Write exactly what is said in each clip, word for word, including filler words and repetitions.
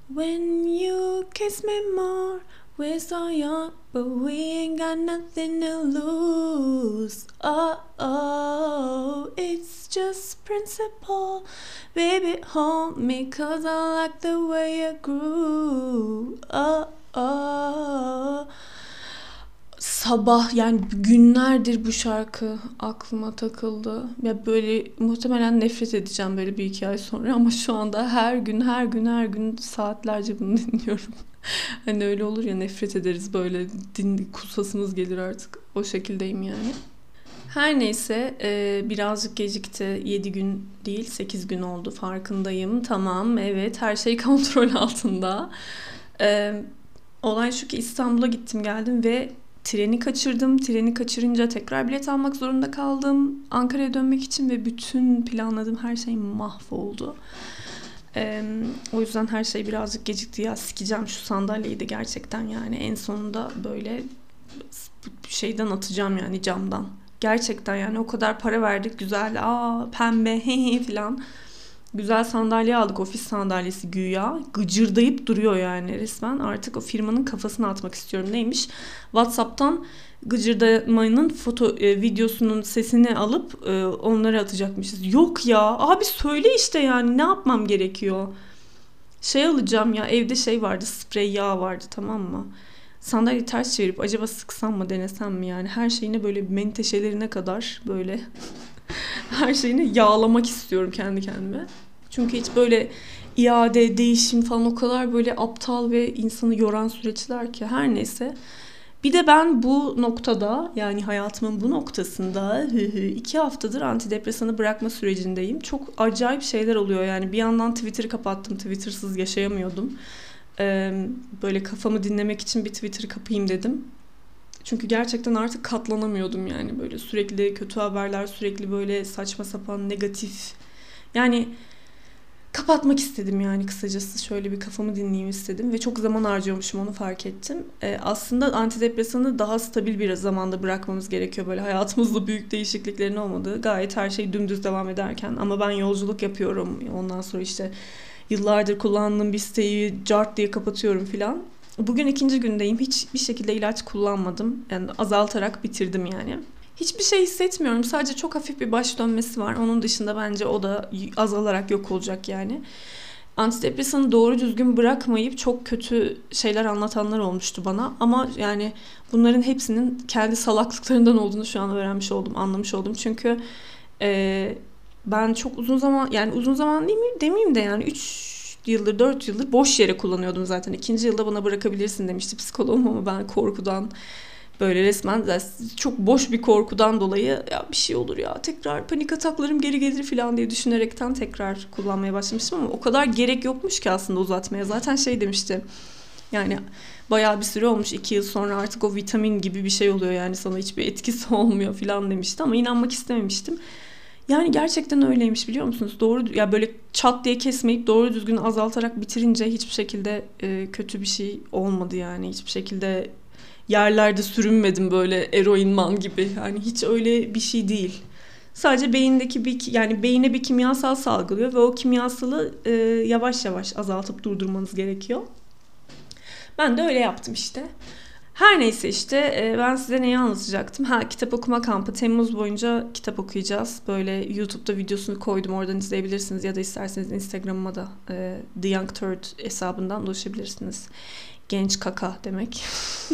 When you kiss me more, we're so young, but we ain't got nothing to lose. Oh, oh, it's just principle. Baby, hold me, cause I like the way you groove. Oh, oh. Sabah yani günlerdir bu şarkı aklıma takıldı. Ya böyle muhtemelen nefret edeceğim böyle bir iki ay sonra ama şu anda her gün her gün her gün saatlerce bunu dinliyorum. Hani öyle olur ya, nefret ederiz böyle, din kusasımız gelir artık, o şekildeyim yani. Her neyse e, birazcık gecikti. Yedi gün değil sekiz gün oldu, farkındayım. Tamam, evet, her şey kontrol altında. E, olay şu ki İstanbul'a gittim geldim ve treni kaçırdım. Treni kaçırınca tekrar bilet almak zorunda kaldım Ankara'ya dönmek için ve bütün planladığım her şey mahvoldu. Ee, o yüzden her şey birazcık gecikti. Ya sikeceğim şu sandalyeyi de gerçekten, yani en sonunda böyle şeyden atacağım yani, camdan. Gerçekten yani o kadar para verdik, güzel, aa pembe hehe filan. Güzel sandalye aldık, ofis sandalyesi güya. Gıcırdayıp duruyor yani resmen. Artık o firmanın kafasına atmak istiyorum. Neymiş? WhatsApp'tan gıcırdamanın foto e, videosunun sesini alıp e, onlara atacakmışız. Yok ya abi, söyle işte, yani ne yapmam gerekiyor? Şey alacağım ya, evde şey vardı, sprey yağ vardı, tamam mı? Sandalyeyi ters çevirip acaba sıksam mı, denesem mi yani? Her şeyine böyle menteşelerine kadar böyle her şeyini yağlamak istiyorum kendi kendime. Çünkü hiç böyle iade, değişim falan o kadar böyle aptal ve insanı yoran süreçler ki, her neyse. Bir de ben bu noktada, yani hayatımın bu noktasında iki haftadır antidepresanı bırakma sürecindeyim. Çok acayip şeyler oluyor yani. Bir yandan Twitter'ı kapattım. Twitter'sız yaşayamıyordum. Ee, böyle kafamı dinlemek için bir Twitter kapayım dedim. Çünkü gerçekten artık katlanamıyordum yani, böyle sürekli kötü haberler, sürekli böyle saçma sapan negatif. Yani kapatmak istedim yani, kısacası şöyle bir kafamı dinleyeyim istedim ve çok zaman harcıyormuşum, onu fark ettim. Ee, aslında antidepresanı daha stabil bir zamanda bırakmamız gerekiyor, böyle hayatımızda büyük değişikliklerin olmadığı, gayet her şey dümdüz devam ederken, ama ben yolculuk yapıyorum, ondan sonra işte yıllardır kullandığım bir siteyi cart diye kapatıyorum filan. Bugün ikinci gündeyim. Hiçbir şekilde ilaç kullanmadım. Yani azaltarak bitirdim yani. Hiçbir şey hissetmiyorum. Sadece çok hafif bir baş dönmesi var. Onun dışında bence o da azalarak yok olacak yani. Antidepresanı doğru düzgün bırakmayıp çok kötü şeyler anlatanlar olmuştu bana. Ama yani bunların hepsinin kendi salaklıklarından olduğunu şu an öğrenmiş oldum, anlamış oldum. Çünkü e, ben çok uzun zaman, yani uzun zaman değil mi demeyeyim de, yani üç yıldır dört yıldır boş yere kullanıyordum zaten. İkinci yılda bana bırakabilirsin demişti psikoloğum ama ben korkudan, böyle resmen çok boş bir korkudan dolayı, ya bir şey olur ya, tekrar panik ataklarım geri gelir falan diye düşünerekten tekrar kullanmaya başlamıştım ama o kadar gerek yokmuş ki aslında uzatmaya. Zaten şey demişti, yani bayağı bir süre olmuş, iki yıl sonra artık o vitamin gibi bir şey oluyor yani, sana hiçbir etkisi olmuyor falan demişti ama inanmak istememiştim. Yani gerçekten öyleymiş, biliyor musunuz? Doğru ya, böyle çat diye kesmeyip doğru düzgün azaltarak bitirince hiçbir şekilde e, kötü bir şey olmadı yani. Hiçbir şekilde yerlerde sürünmedim böyle eroin man gibi. Yani hiç öyle bir şey değil. Sadece beyindeki bir, yani beyine bir kimyasal salgılıyor ve o kimyasalı e, yavaş yavaş azaltıp durdurmanız gerekiyor. Ben de öyle yaptım işte. Her neyse işte ben size neyi anlatacaktım? Ha, kitap okuma kampı. Temmuz boyunca kitap okuyacağız. Böyle YouTube'da videosunu koydum, oradan izleyebilirsiniz ya da isterseniz Instagram'ıma da e, The Young Third hesabından ulaşabilirsiniz. Genç kaka demek.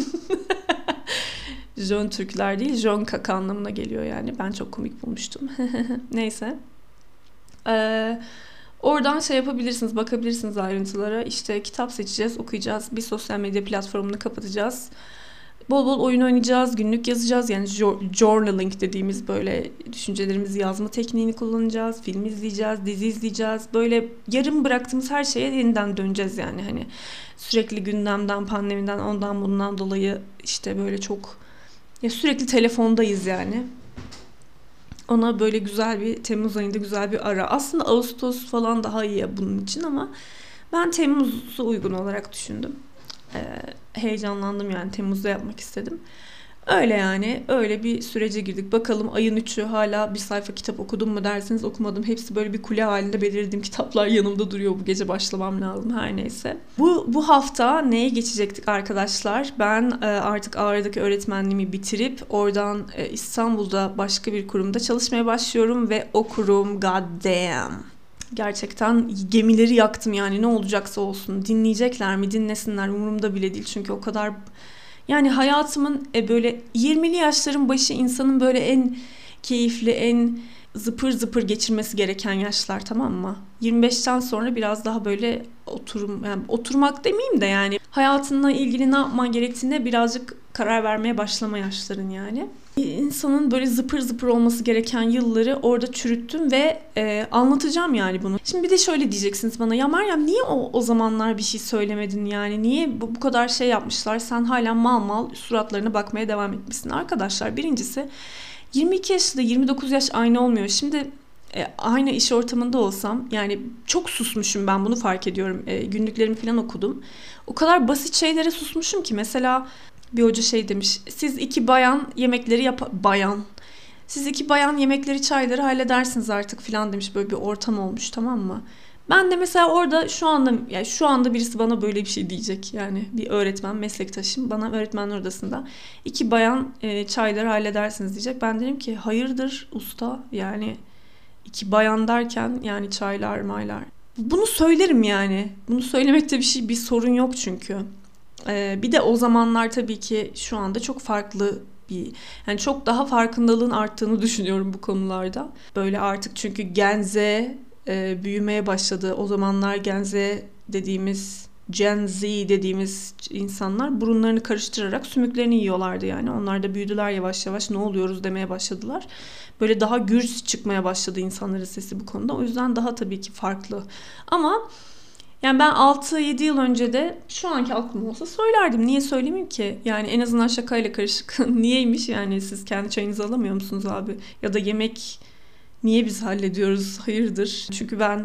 Jön Türkler değil, Jön kaka anlamına geliyor yani. Ben çok komik bulmuştum. Neyse. Eee Oradan şey yapabilirsiniz, bakabilirsiniz ayrıntılara. İşte kitap seçeceğiz, okuyacağız. Bir sosyal medya platformunu kapatacağız. Bol bol oyun oynayacağız, günlük yazacağız. Yani journaling dediğimiz böyle düşüncelerimizi yazma tekniğini kullanacağız. Film izleyeceğiz, dizi izleyeceğiz. Böyle yarım bıraktığımız her şeye yeniden döneceğiz yani. Hani sürekli gündemden, pandemiden, ondan bundan dolayı işte böyle çok, ya sürekli telefondayız yani. Ona böyle güzel bir, Temmuz ayında güzel bir ara. Aslında Ağustos falan daha iyi bunun için ama ben Temmuz'u uygun olarak düşündüm. Ee, heyecanlandım yani, Temmuz'da yapmak istedim. Öyle yani. Öyle bir sürece girdik. Bakalım ayın üçü hala bir sayfa kitap okudum mu derseniz okumadım. Hepsi böyle bir kule halinde belirlediğim kitaplar yanımda duruyor. Bu gece başlamam lazım her neyse. Bu, bu hafta neye geçecektik arkadaşlar? Ben e, artık Ağrı'daki öğretmenliğimi bitirip oradan e, İstanbul'da başka bir kurumda çalışmaya başlıyorum ve o kurum god damn. Gerçekten gemileri yaktım yani, ne olacaksa olsun. Dinleyecekler mi dinlesinler umurumda bile değil. Çünkü o kadar... Yani hayatımın e, böyle yirmili yaşların başı insanın böyle en keyifli, en zıpır zıpır geçirmesi gereken yaşlar, tamam mı? yirmi beşten sonra biraz daha böyle oturum, yani oturmak demeyeyim de yani hayatınla ilgili ne yapman gerektiğine birazcık karar vermeye başlama yaşların yani. İnsanın böyle zıpır zıpır olması gereken yılları orada çürüttüm ve e, anlatacağım yani bunu. Şimdi bir de şöyle diyeceksiniz bana, ya Meryem niye o, o zamanlar bir şey söylemedin yani, niye bu, bu kadar şey yapmışlar, sen hala mal mal suratlarına bakmaya devam etmişsin. Arkadaşlar, birincisi yirmi iki yaşında yirmi dokuz yaş aynı olmuyor. Şimdi e, aynı iş ortamında olsam yani çok susmuşum, ben bunu fark ediyorum. E, günlüklerimi falan okudum. O kadar basit şeylere susmuşum ki mesela bir hoca şey demiş, siz iki bayan yemekleri yap bayan siz iki bayan yemekleri çayları halledersiniz artık falan demiş. Böyle bir ortam olmuş, tamam mı? Ben de mesela orada şu anda yani şu anda birisi bana böyle bir şey diyecek. Yani bir öğretmen, meslektaşım bana öğretmenler odasında iki bayan e, çayları halledersiniz diyecek. Ben derim ki hayırdır usta, yani iki bayan derken yani çaylar maylar. Bunu söylerim yani. Bunu söylemekte bir şey bir sorun yok çünkü. Ee, bir de o zamanlar tabii ki şu anda çok farklı bir, yani çok daha farkındalığın arttığını düşünüyorum bu konularda. Böyle artık çünkü Gen Z e, büyümeye başladı. O zamanlar Gen Z dediğimiz, Gen Z dediğimiz insanlar burunlarını karıştırarak sümüklerini yiyorlardı yani. Onlar da büyüdüler yavaş yavaş, ne oluyoruz demeye başladılar. Böyle daha gür çıkmaya başladı insanların sesi bu konuda. O yüzden daha tabii ki farklı. Ama yani ben altı yedi yıl önce de şu anki aklım olsa söylerdim. Niye söylemeyeyim ki? Yani en azından şakayla karışık. Niyeymiş yani, siz kendi çayınızı alamıyor musunuz abi? Ya da yemek niye biz hallediyoruz? Hayırdır? Çünkü ben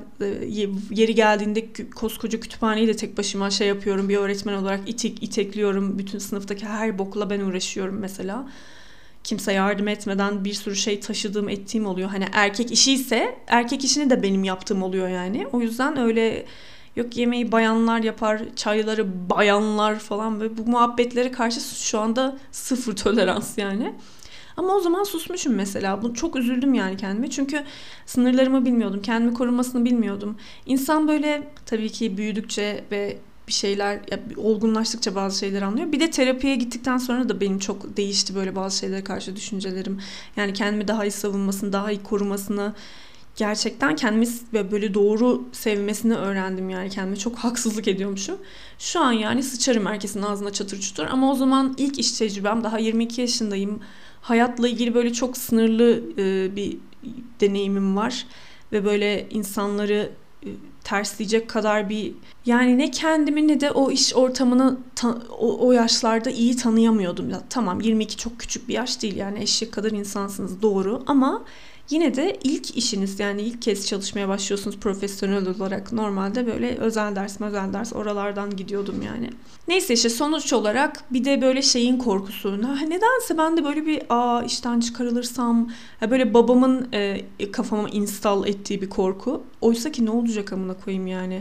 yeri geldiğinde koskoca kütüphaneyi de tek başıma şey yapıyorum. Bir öğretmen olarak itek itekliyorum. Bütün sınıftaki her bokla ben uğraşıyorum mesela. Kimse yardım etmeden bir sürü şey taşıdığım, ettiğim oluyor. Hani erkek işi ise erkek işini de benim yaptığım oluyor yani. O yüzden öyle... Yok yemeği bayanlar yapar, çayları bayanlar falan, ve bu muhabbetlere karşı şu anda sıfır tolerans yani. Ama o zaman susmuşum mesela. Bu çok üzüldüm yani kendime. Çünkü sınırlarımı bilmiyordum. Kendimi korunmasını bilmiyordum. İnsan böyle tabii ki büyüdükçe ve bir şeyler ya, olgunlaştıkça bazı şeyler anlıyor. Bir de terapiye gittikten sonra da benim çok değişti böyle bazı şeylere karşı düşüncelerim. Yani kendimi daha iyi savunmasını, daha iyi korumasını, gerçekten kendimi böyle doğru sevmesini öğrendim yani. Kendime çok haksızlık ediyormuşum. Şu an yani sıçarım herkesin ağzına çatır çutur. Ama o zaman ilk iş tecrübem, daha yirmi iki yaşındayım. Hayatla ilgili böyle çok sınırlı e, bir deneyimim var. Ve böyle insanları e, tersleyecek kadar bir, yani ne kendimi ne de o iş ortamını ta, o, o yaşlarda iyi tanıyamıyordum. Ya, tamam yirmi iki çok küçük bir yaş değil yani, eşek kadar insansınız doğru, ama yine de ilk işiniz, yani ilk kez çalışmaya başlıyorsunuz profesyonel olarak. Normalde böyle özel ders özel ders oralardan gidiyordum yani. Neyse işte sonuç olarak bir de böyle şeyin korkusu. Nedense ben de böyle bir aa işten çıkarılırsam, böyle babamın e, kafama install ettiği bir korku. Oysa ki ne olacak amına koyayım yani.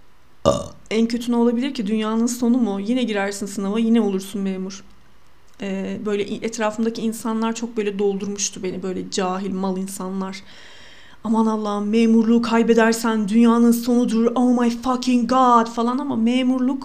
Aa. En kötü ne olabilir ki, dünyanın sonu mu? Yine girersin sınava, yine olursun memur. Böyle etrafımdaki insanlar çok böyle doldurmuştu beni, böyle cahil mal insanlar. Aman Allah'ım, memurluğu kaybedersen dünyanın sonudur, oh my fucking god falan. Ama memurluk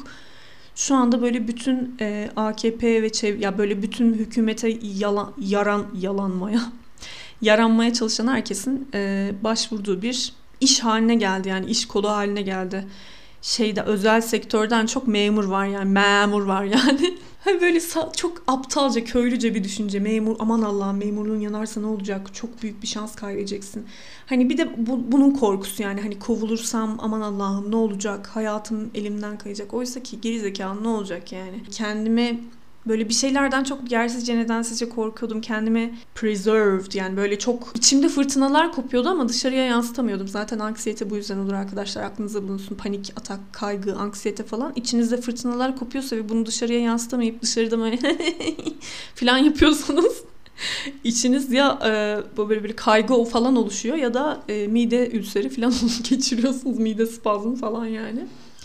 şu anda böyle bütün e, A K P ve çev ya böyle bütün hükümete yalan, yaran yalanmaya yaranmaya çalışan herkesin e, başvurduğu bir iş haline geldi, yani iş kolu haline geldi. Şeyde özel sektörden çok memur var yani, memur var yani. Böyle çok aptalca, köylüce bir düşünce. Memur, aman Allah'ım memurluğun yanarsa ne olacak? Çok büyük bir şans kaybedeceksin. Hani bir de bu, bunun korkusu yani, hani kovulursam aman Allah'ım ne olacak? Hayatım elimden kayacak. Oysa ki gerizekalı, ne olacak yani? Kendime Böyle bir şeylerden çok yersizce nedensizce korkuyordum. Kendimi preserved, yani böyle çok içimde fırtınalar kopuyordu ama dışarıya yansıtamıyordum. Zaten anksiyete bu yüzden olur arkadaşlar. Aklınızda bulunsun. Panik, atak, kaygı, anksiyete falan. İçinizde fırtınalar kopuyorsa ve bunu dışarıya yansıtamayıp dışarıda böyle falan yapıyorsanız içiniz ya e, böyle bir kaygı falan oluşuyor ya da e, mide ülseri falan geçiriyorsunuz. Mide spazmı falan yani.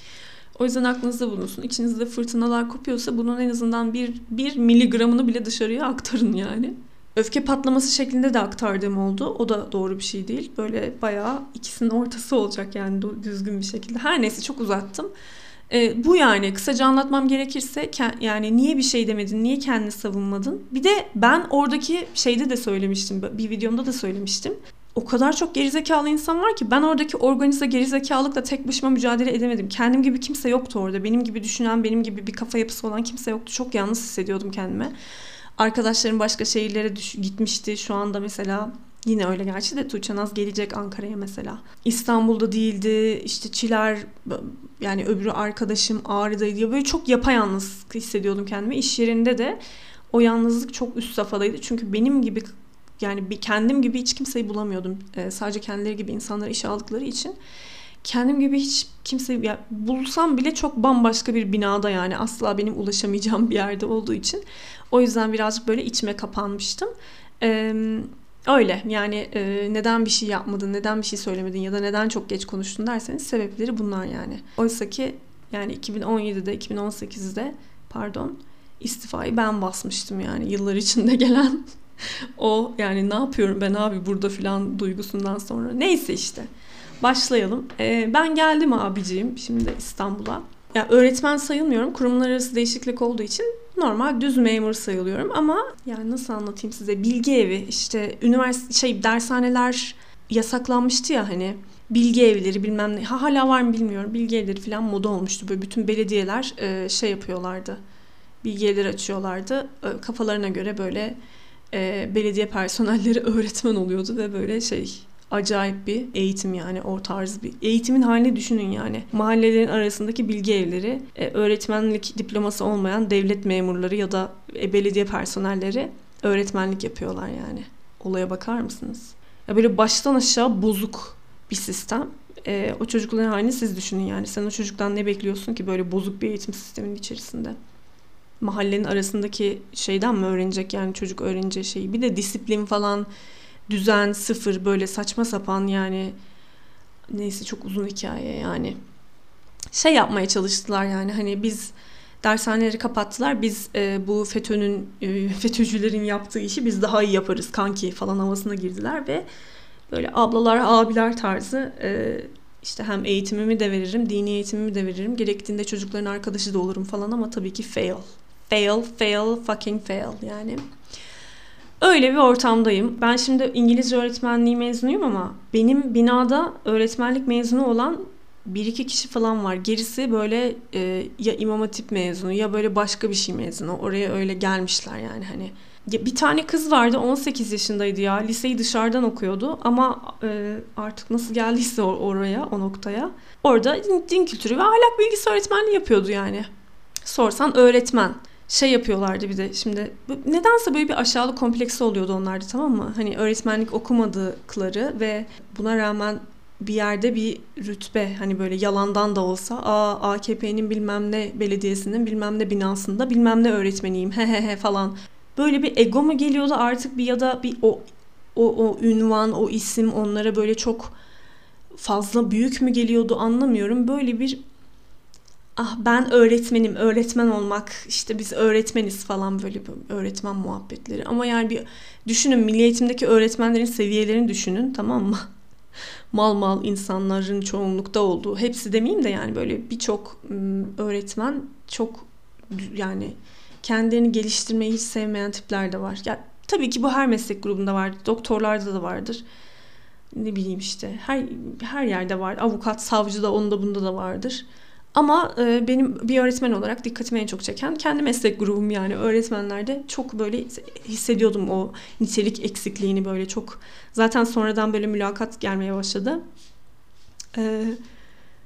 O yüzden aklınızda bulunsun. İçinizde fırtınalar kopuyorsa bunun en azından bir, bir miligramını bile dışarıya aktarın yani. Öfke patlaması şeklinde de aktardığım oldu. O da doğru bir şey değil. Böyle bayağı ikisinin ortası olacak yani düzgün bir şekilde. Her neyse çok uzattım. E, bu yani kısaca anlatmam gerekirse yani niye bir şey demedin, niye kendini savunmadın? Bir de ben oradaki şeyde de söylemiştim, bir videomda da söylemiştim. O kadar çok gerizekalı insan var ki ben oradaki organize gerizekalıkla tek başıma mücadele edemedim. Kendim gibi kimse yoktu orada. Benim gibi düşünen, benim gibi bir kafa yapısı olan kimse yoktu. Çok yalnız hissediyordum kendimi. Arkadaşlarım başka şehirlere düş- gitmişti. Şu anda mesela yine öyle gerçi de Tuğçe Naz gelecek Ankara'ya mesela. İstanbul'da değildi. İşte Çiler, yani öbürü arkadaşım Ağrı'daydı. Böyle çok yapayalnız hissediyordum kendimi. İş yerinde de o yalnızlık çok üst safhadaydı. Çünkü benim gibi yani bir kendim gibi hiç kimseyi bulamıyordum. Ee, sadece kendileri gibi insanları işe aldıkları için. Kendim gibi hiç kimseyi ya, bulsam bile çok bambaşka bir binada yani asla benim ulaşamayacağım bir yerde olduğu için. O yüzden birazcık böyle içime kapanmıştım. Ee, öyle yani e, neden bir şey yapmadın, neden bir şey söylemedin ya da neden çok geç konuştun derseniz sebepleri bunlar yani. Oysa ki yani iki bin on yedide, iki bin on sekizde pardon istifayı ben basmıştım yani yıllar içinde gelen. O yani ne yapıyorum ben abi burada filan duygusundan sonra. Neyse işte başlayalım. Ee, ben geldim abiciğim şimdi İstanbul'a. Ya yani öğretmen sayılmıyorum. Kurumlar arası değişiklik olduğu için normal düz memur sayılıyorum ama yani nasıl anlatayım size? Bilgi evi işte üniversite şey dershaneler yasaklanmıştı ya hani. Bilgi evleri bilmem ne. Ha, hala var mı bilmiyorum. Bilgi evleri falan moda olmuştu. Böyle bütün belediyeler e, şey yapıyorlardı. Bilgi evleri açıyorlardı. E, kafalarına göre böyle E, belediye personelleri öğretmen oluyordu ve böyle şey acayip bir eğitim yani o tarz bir eğitimin halini düşünün yani. Mahallelerin arasındaki bilgi evleri, e, öğretmenlik diploması olmayan devlet memurları ya da e, belediye personelleri öğretmenlik yapıyorlar yani. Olaya bakar mısınız? Ya böyle baştan aşağı bozuk bir sistem. E, o çocukların halini siz düşünün yani. Sen o çocuktan ne bekliyorsun ki böyle bozuk bir eğitim sisteminin içerisinde? Mahallenin arasındaki şeyden mi öğrenecek yani çocuk öğreneceği şeyi. Bir de disiplin falan, düzen sıfır, böyle saçma sapan yani neyse çok uzun hikaye yani. Şey yapmaya çalıştılar yani hani biz dershaneleri kapattılar. Biz e, bu FETÖ'nün e, FETÖ'cülerin yaptığı işi biz daha iyi yaparız kanki falan havasına girdiler ve böyle ablalar abiler tarzı e, işte hem eğitimimi de veririm, dini eğitimimi de veririm. Gerektiğinde çocukların arkadaşı da olurum falan ama tabii ki fail. Fail, fail, fucking fail yani. Öyle bir ortamdayım. Ben şimdi İngilizce öğretmenliği mezunuyum ama benim binada öğretmenlik mezunu olan bir iki kişi falan var. Gerisi böyle e, ya İmam Hatip mezunu ya böyle başka bir şey mezunu. Oraya öyle gelmişler yani hani. Ya bir tane kız vardı on sekiz yaşındaydı ya. Liseyi dışarıdan okuyordu ama e, artık nasıl geldiyse oraya, o noktaya. Orada din, din kültürü ve ahlak bilgisi öğretmenliği yapıyordu yani. Sorsan öğretmen. Şey yapıyorlardı bir de şimdi nedense böyle bir aşağılık kompleksi oluyordu onlarda, tamam mı? Hani öğretmenlik okumadıkları ve buna rağmen bir yerde bir rütbe hani böyle yalandan da olsa aa A K P'nin bilmem ne belediyesinin bilmem ne binasında bilmem ne öğretmeniyim he he he falan. Böyle bir ego mu geliyordu artık bir ya da bir o o o ünvan, o isim onlara böyle çok fazla büyük mü geliyordu anlamıyorum. Böyle bir ah ben öğretmenim, öğretmen olmak, işte biz öğretmeniz falan böyle öğretmen muhabbetleri. Ama yani bir düşünün milli eğitimdeki öğretmenlerin seviyelerini düşünün, tamam mı? Mal mal insanların çoğunlukta olduğu, hepsi demeyeyim de yani böyle birçok öğretmen çok yani kendilerini geliştirmeyi hiç sevmeyen tipler de var. Ya tabii ki bu her meslek grubunda var, doktorlarda da vardır. Ne bileyim işte her her yerde var. Avukat, savcı da onda bunda da vardır. Ama e, benim bir öğretmen olarak dikkatimi en çok çeken kendi meslek grubum yani öğretmenlerde çok böyle hissediyordum o nitelik eksikliğini böyle çok. Zaten sonradan böyle mülakat gelmeye başladı. E,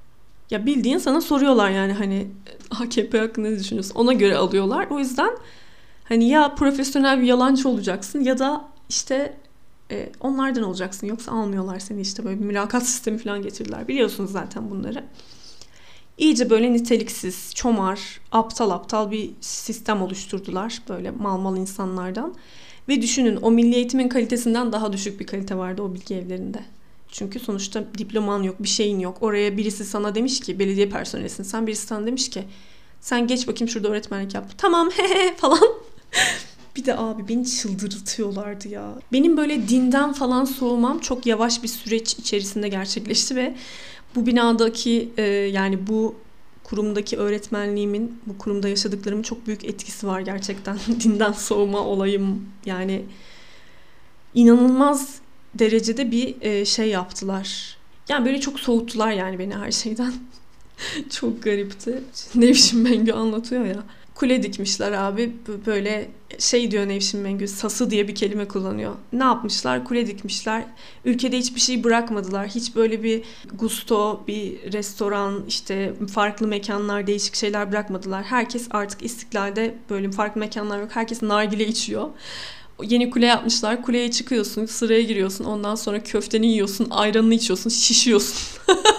ya bildiğin sana soruyorlar yani hani A K P hakkında ne düşünüyorsun? Ona göre alıyorlar. O yüzden Hani ya profesyonel bir yalancı olacaksın ya da işte e, onlardan olacaksın. Yoksa almıyorlar seni, işte böyle bir mülakat sistemi falan getirdiler. Biliyorsunuz zaten bunları. İyice böyle niteliksiz, çomar, aptal aptal bir sistem oluşturdular. Böyle mal mal insanlardan. Ve düşünün, o milli eğitimin kalitesinden daha düşük bir kalite vardı o bilgi evlerinde. Çünkü sonuçta diploman yok, bir şeyin yok. Oraya birisi sana demiş ki, belediye personelisin sen, birisi sana demiş ki sen geç bakayım şurada öğretmenlik yap. Tamam he falan. Bir de abi beni çıldırtıyorlardı ya. Benim böyle dinden falan soğumam çok yavaş bir süreç içerisinde gerçekleşti ve bu binadaki e, yani bu kurumdaki öğretmenliğimin, bu kurumda yaşadıklarımın çok büyük etkisi var gerçekten. Dinden soğuma olayım yani inanılmaz derecede bir e, şey yaptılar. Yani böyle çok soğuttular yani beni her şeyden. Çok garipti. Nevşin Mengü anlatıyor ya. Kule dikmişler abi. Böyle şey diyor Nevşin Mengü, sası diye bir kelime kullanıyor. Ne yapmışlar? Kule dikmişler. Ülkede hiçbir şey bırakmadılar. Hiç böyle bir gusto, bir restoran, işte farklı mekanlar, değişik şeyler bırakmadılar. Herkes artık İstiklal'de böyle farklı mekanlar yok. Herkes nargile içiyor. Yeni kule yapmışlar. Kuleye çıkıyorsun, sıraya giriyorsun. Ondan sonra köfteni yiyorsun, ayranını içiyorsun, şişiyorsun.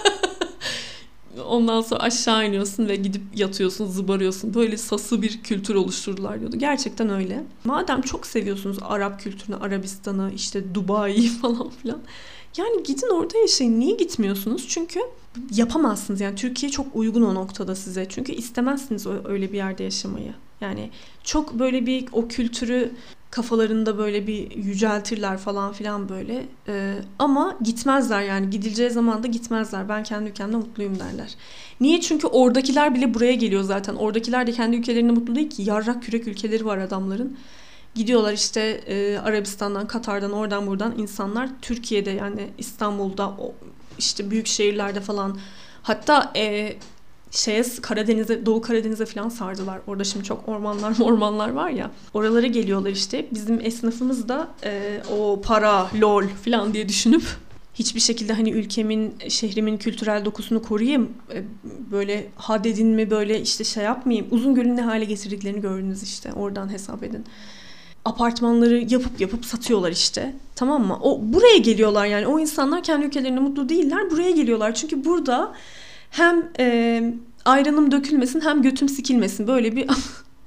Ondan sonra aşağı iniyorsun ve gidip yatıyorsun, zıbarıyorsun. Böyle sası bir kültür oluşturdular diyordu. Gerçekten öyle. Madem çok seviyorsunuz Arap kültürünü, Arabistan'ı, işte Dubai'yi falan filan. Yani gidin orada yaşayın. Niye gitmiyorsunuz? Çünkü yapamazsınız. Yani Türkiye çok uygun o noktada size. Çünkü istemezsiniz öyle bir yerde yaşamayı. Yani çok böyle bir o kültürü kafalarında böyle bir yüceltirler falan filan böyle. Ee, ama gitmezler yani. Gidileceği zaman da gitmezler. Ben kendi ülkemde mutluyum derler. Niye? Çünkü oradakiler bile buraya geliyor zaten. Oradakiler de kendi ülkelerinde mutlu değil ki. Yarrak kürek ülkeleri var adamların. Gidiyorlar işte e, Arabistan'dan, Katar'dan, oradan buradan insanlar Türkiye'de, yani İstanbul'da, o, işte büyük şehirlerde falan. Hatta e, şeye, Karadeniz'e, Doğu Karadeniz'e falan sardılar. Orada şimdi çok ormanlar ormanlar var ya. Oralara geliyorlar işte. Bizim esnafımız da e, o para, lol falan diye düşünüp hiçbir şekilde hani ülkemin, şehrimin kültürel dokusunu koruyayım, e, böyle had edinme, böyle işte şey yapmayayım. Uzungöl'ün ne hale getirdiklerini gördünüz işte. Oradan hesap edin. Apartmanları yapıp yapıp satıyorlar işte. Tamam mı? O buraya geliyorlar yani. O insanlar kendi ülkelerinde mutlu değiller. Buraya geliyorlar. Çünkü burada hem e, ayranım dökülmesin hem götüm sikilmesin. Böyle bir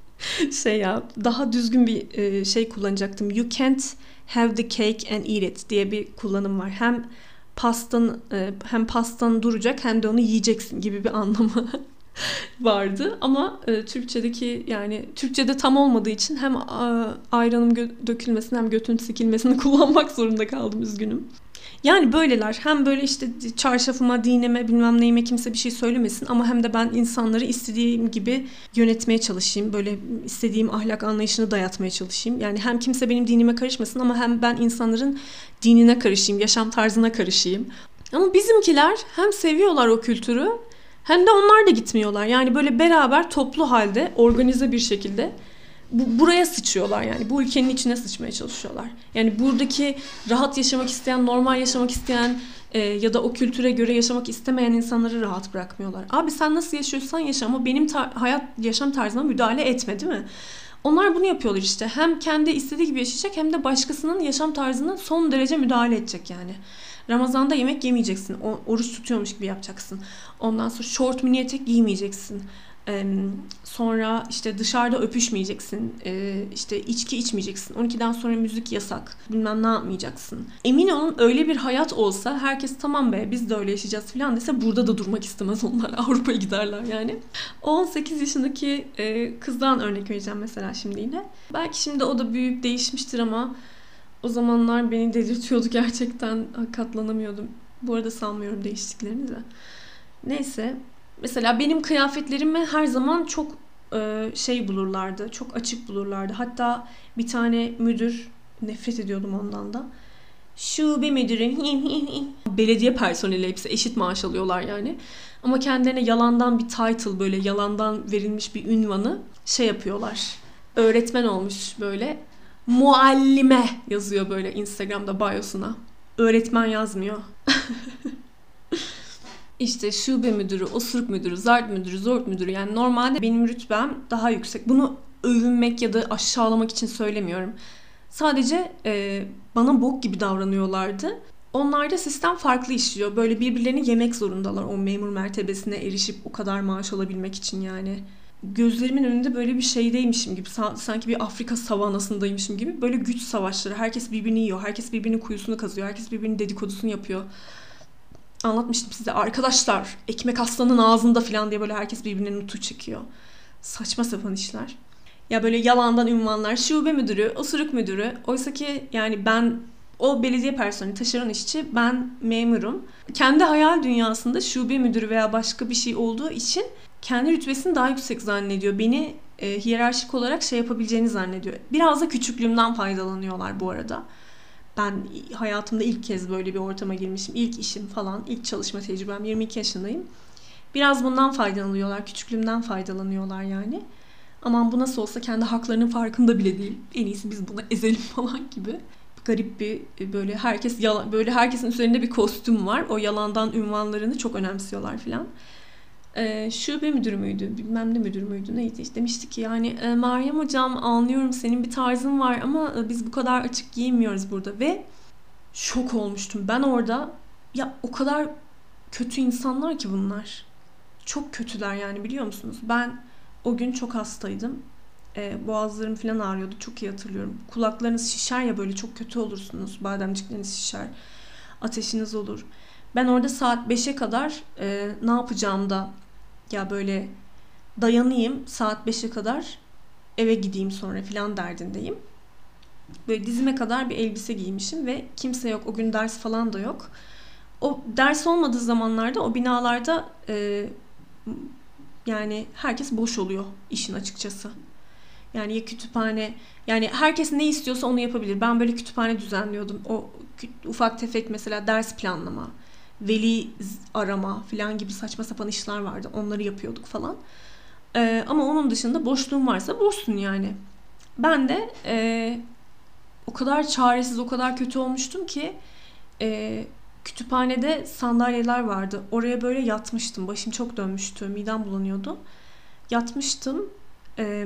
şey ya. Daha düzgün bir e, şey kullanacaktım. You can't have the cake and eat it diye bir kullanım var. Hem pastan e, hem pastan duracak hem de onu yiyeceksin gibi bir anlamı vardı. Ama e, Türkçedeki, yani Türkçede tam olmadığı için hem a, ayranım gö- dökülmesini hem götün sikilmesini kullanmak zorunda kaldım, üzgünüm. Yani böyleler. Hem böyle işte çarşafıma, dinime, bilmem neyime kimse bir şey söylemesin ama hem de ben insanları istediğim gibi yönetmeye çalışayım. Böyle istediğim ahlak anlayışını dayatmaya çalışayım. Yani hem kimse benim dinime karışmasın ama hem ben insanların dinine karışayım, yaşam tarzına karışayım. Ama bizimkiler hem seviyorlar o kültürü hem de onlar da gitmiyorlar. Yani böyle beraber toplu halde, organize bir şekilde bu, buraya sıçıyorlar yani. Bu ülkenin içine sıçmaya çalışıyorlar. Yani buradaki rahat yaşamak isteyen, normal yaşamak isteyen e, ya da o kültüre göre yaşamak istemeyen insanları rahat bırakmıyorlar. Abi sen nasıl yaşıyorsan yaşa ama benim tar- hayat yaşam tarzıma müdahale etme, değil mi? Onlar bunu yapıyorlar işte. Hem kendi istediği gibi yaşayacak hem de başkasının yaşam tarzına son derece müdahale edecek yani. Ramazan'da yemek yemeyeceksin. O, oruç tutuyormuş gibi yapacaksın. Ondan sonra şort mini etek giymeyeceksin. Ee, sonra işte dışarıda öpüşmeyeceksin. Ee, işte içki içmeyeceksin. on ikiden sonra müzik yasak. Bilmem ne yapmayacaksın. Emin olun öyle bir hayat olsa herkes tamam be biz de öyle yaşayacağız falan dese burada da durmak istemez onlar. Avrupa'ya giderler yani. on sekiz yaşındaki e, kızdan örnek vereceğim mesela şimdi yine. Belki şimdi o da büyüyüp değişmiştir ama o zamanlar beni delirtiyordu gerçekten. Katlanamıyordum. Bu arada sanmıyorum değiştiklerini de. Neyse. Mesela benim kıyafetlerimi her zaman çok e, şey bulurlardı. Çok açık bulurlardı. Hatta bir tane müdür, nefret ediyordum ondan da. Şube müdürü. Belediye personeli hepsi eşit maaş alıyorlar yani. Ama kendilerine yalandan bir title, böyle yalandan verilmiş bir ünvanı şey yapıyorlar. Öğretmen olmuş böyle. Muallime yazıyor böyle Instagram'da biosuna. Öğretmen yazmıyor. İşte şube müdürü, osuruk müdürü, zart müdürü, zort müdürü. Yani normalde benim rütbem daha yüksek. Bunu övünmek ya da aşağılamak için söylemiyorum. Sadece e, bana bok gibi davranıyorlardı. Onlarda sistem farklı işliyor. Böyle birbirlerini yemek zorundalar o memur mertebesine erişip o kadar maaş alabilmek için yani. Gözlerimin önünde böyle bir şeydeymişim gibi, sanki bir Afrika savanasındaymışım gibi, böyle güç savaşları. Herkes birbirini yiyor, herkes birbirinin kuyusunu kazıyor, herkes birbirinin dedikodusunu yapıyor. Anlatmıştım size, arkadaşlar ekmek aslanın ağzında falan diye böyle herkes birbirine nutuk çekiyor. Saçma sapan işler. Ya böyle yalandan ünvanlar, şube müdürü, osuruk müdürü. Oysa ki yani ben o belediye personeli, taşeron işçi, ben memurum. Kendi hayal dünyasında şube müdürü veya başka bir şey olduğu için kendi rütbesini daha yüksek zannediyor. Beni e, hiyerarşik olarak şey yapabileceğini zannediyor. Biraz da küçüklüğümden faydalanıyorlar bu arada. Ben hayatımda ilk kez böyle bir ortama girmişim. İlk işim falan, ilk çalışma tecrübem. yirmi iki yaşındayım. Biraz bundan faydalanıyorlar. Küçüklüğümden faydalanıyorlar yani. Aman bu nasıl olsa kendi haklarının farkında bile değil. En iyisi biz bunu ezelim falan gibi. Garip bir böyle herkes yalan, böyle herkesin üzerinde bir kostüm var. O yalandan ünvanlarını çok önemsiyorlar filan. Ee, şube müdürü müydü, bilmem ne müdürü müydü, neydi işte, demişti ki yani e, Meryem hocam anlıyorum senin bir tarzın var ama e, biz bu kadar açık giyinmiyoruz burada ve şok olmuştum. Ben orada ya o kadar kötü insanlar ki bunlar. Çok kötüler yani, biliyor musunuz? Ben o gün çok hastaydım. E, boğazlarım falan ağrıyordu. Çok iyi hatırlıyorum. Kulaklarınız şişer ya, böyle çok kötü olursunuz. Bademcikleriniz şişer. Ateşiniz olur. Ben orada saat beşe kadar e, ne yapacağımda, ya böyle dayanayım saat beşe kadar eve gideyim sonra falan derdindeyim. Böyle dizime kadar bir elbise giymişim ve kimse yok. O gün ders falan da yok. O ders olmadığı zamanlarda o binalarda e, yani herkes boş oluyor işin açıkçası. Yani ya kütüphane, yani herkes ne istiyorsa onu yapabilir. Ben böyle kütüphane düzenliyordum. O ufak tefek mesela ders planlama, veli arama falan gibi saçma sapan işler vardı. Onları yapıyorduk falan. Ee, ama onun dışında boşluğun varsa boşsun yani. Ben de e, o kadar çaresiz, o kadar kötü olmuştum ki e, kütüphanede sandalyeler vardı. Oraya böyle yatmıştım. Başım çok dönmüştü. Midem bulanıyordu. Yatmıştım. E,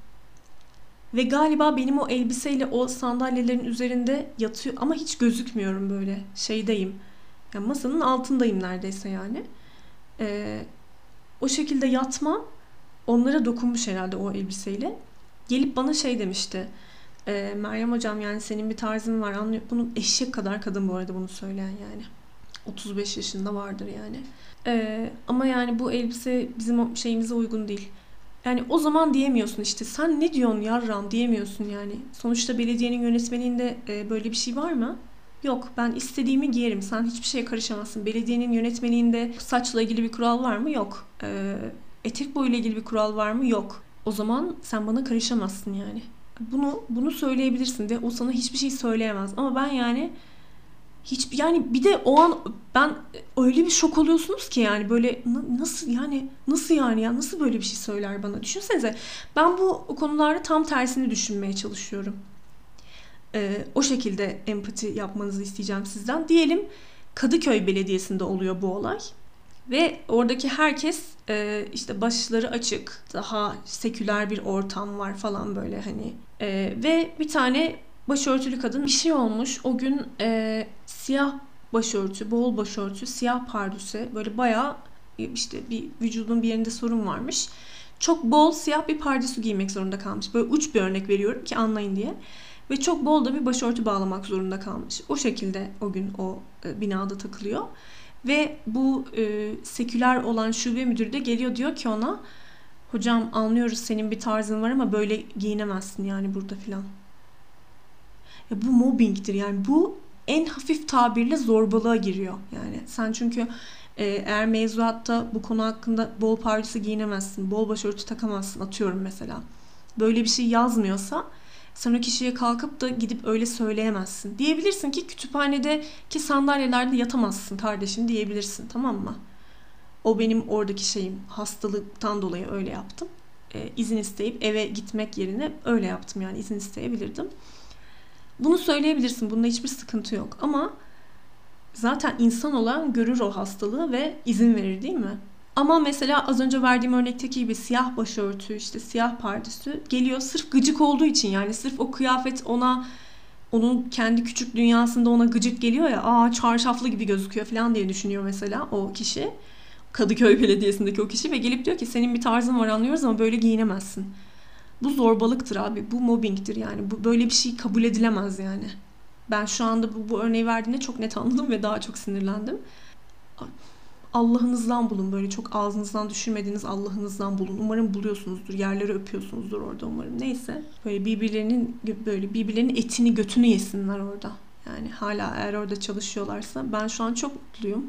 ve galiba benim o elbiseyle o sandalyelerin üzerinde yatıyor ama hiç gözükmüyorum, böyle şeydeyim. Yani masanın altındayım neredeyse yani. Ee, o şekilde yatmam onlara dokunmuş herhalde o elbiseyle. Gelip bana şey demişti. E, Meryem hocam yani senin bir tarzın var, anlıyor. Bunun eşek kadar kadın bu arada bunu söyleyen yani. otuz beş yaşında vardır yani. Ee, ama yani bu elbise bizim şeyimize uygun değil. Yani o zaman diyemiyorsun işte, sen ne diyorsun yarram diyemiyorsun yani. Sonuçta belediyenin yönetmeliğinde e, böyle bir şey var mı? Yok, ben istediğimi giyerim, sen hiçbir şeye karışamazsın. Belediyenin yönetmeliğinde saçla ilgili bir kural var mı? Yok. Ee, etek boyuyla ilgili bir kural var mı? Yok. O zaman sen bana karışamazsın yani. Bunu bunu söyleyebilirsin de o sana hiçbir şey söyleyemez. Ama ben yani hiç, yani bir de o an ben öyle bir şok oluyorsunuz ki yani böyle nasıl yani nasıl yani ya nasıl böyle bir şey söyler bana? Düşünsenize, ben bu konularda tam tersini düşünmeye çalışıyorum. Ee, o şekilde empati yapmanızı isteyeceğim sizden. Diyelim Kadıköy Belediyesi'nde oluyor bu olay. Ve oradaki herkes e, işte başları açık, daha seküler bir ortam var falan böyle hani. E, ve bir tane başörtülü kadın bir şey olmuş. O gün e, siyah başörtü, bol başörtü, siyah pardüse, böyle bayağı işte bir vücudun bir yerinde sorun varmış. Çok bol siyah bir pardüsü giymek zorunda kalmış. Böyle uç bir örnek veriyorum ki anlayın diye. Ve çok bol da bir başörtü bağlamak zorunda kalmış. O şekilde o gün o e, binada takılıyor. Ve bu e, seküler olan şube müdürü de geliyor, diyor ki ona, hocam anlıyoruz senin bir tarzın var ama böyle giyinemezsin yani burada filan. Ya bu mobbingtir yani, bu en hafif tabirle zorbalığa giriyor yani. Sen çünkü e, eğer mevzuatta bu konu hakkında bol pardüsü giyinemezsin, bol başörtü takamazsın atıyorum mesela. Böyle bir şey yazmıyorsa sen o kişiye kalkıp da gidip öyle söyleyemezsin. Diyebilirsin ki kütüphanedeki sandalyelerde yatamazsın kardeşim diyebilirsin, tamam mı? O benim oradaki şeyim, hastalıktan dolayı öyle yaptım. Ee, izin isteyip eve gitmek yerine öyle yaptım yani, izin isteyebilirdim. Bunu söyleyebilirsin, bunda hiçbir sıkıntı yok ama zaten insan olan görür o hastalığı ve izin verir değil mi? Ama mesela az önce verdiğim örnekteki gibi siyah başörtü, işte siyah pardesü geliyor sırf gıcık olduğu için, yani sırf o kıyafet ona, onun kendi küçük dünyasında ona gıcık geliyor ya, aa çarşaflı gibi gözüküyor falan diye düşünüyor mesela o kişi. Kadıköy Belediyesi'ndeki o kişi ve gelip diyor ki senin bir tarzın var anlıyoruz ama böyle giyinemezsin. Bu zorbalıktır abi. Bu mobbingtir yani. Bu böyle bir şey kabul edilemez yani. Ben şu anda bu, bu örneği verdiğimde çok net anladım ve daha çok sinirlendim. Allah'ınızdan bulun, böyle çok ağzınızdan düşürmediğiniz Allah'ınızdan bulun. Umarım buluyorsunuzdur. Yerleri öpüyorsunuzdur orada umarım. Neyse. Böyle birbirlerinin böyle birbirlerinin etini götünü yesinler orada. Yani hala eğer orada çalışıyorlarsa ben şu an çok mutluyum.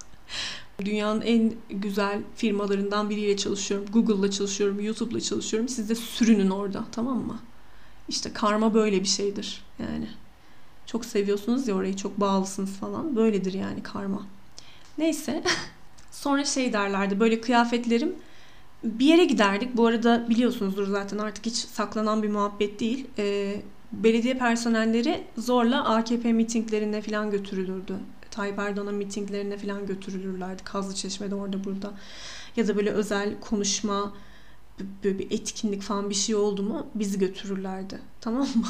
Dünyanın en güzel firmalarından biriyle çalışıyorum. Google'la çalışıyorum, YouTube'la çalışıyorum. Siz de sürünün orada, tamam mı? İşte karma böyle bir şeydir yani. Çok seviyorsunuz ya orayı, çok bağlısınız falan. Böyledir yani karma. Neyse. Sonra şey derlerdi, böyle kıyafetlerim, bir yere giderdik. Bu arada biliyorsunuzdur zaten, artık hiç saklanan bir muhabbet değil. Ee, belediye personelleri zorla A K P mitinglerine falan götürülürdü. Tayyip Erdoğan'ın mitinglerine falan götürülürlerdi. Kazlıçeşme'de, orada burada. Ya da böyle özel konuşma, böyle bir etkinlik falan bir şey oldu mu bizi götürürlerdi. Tamam mı?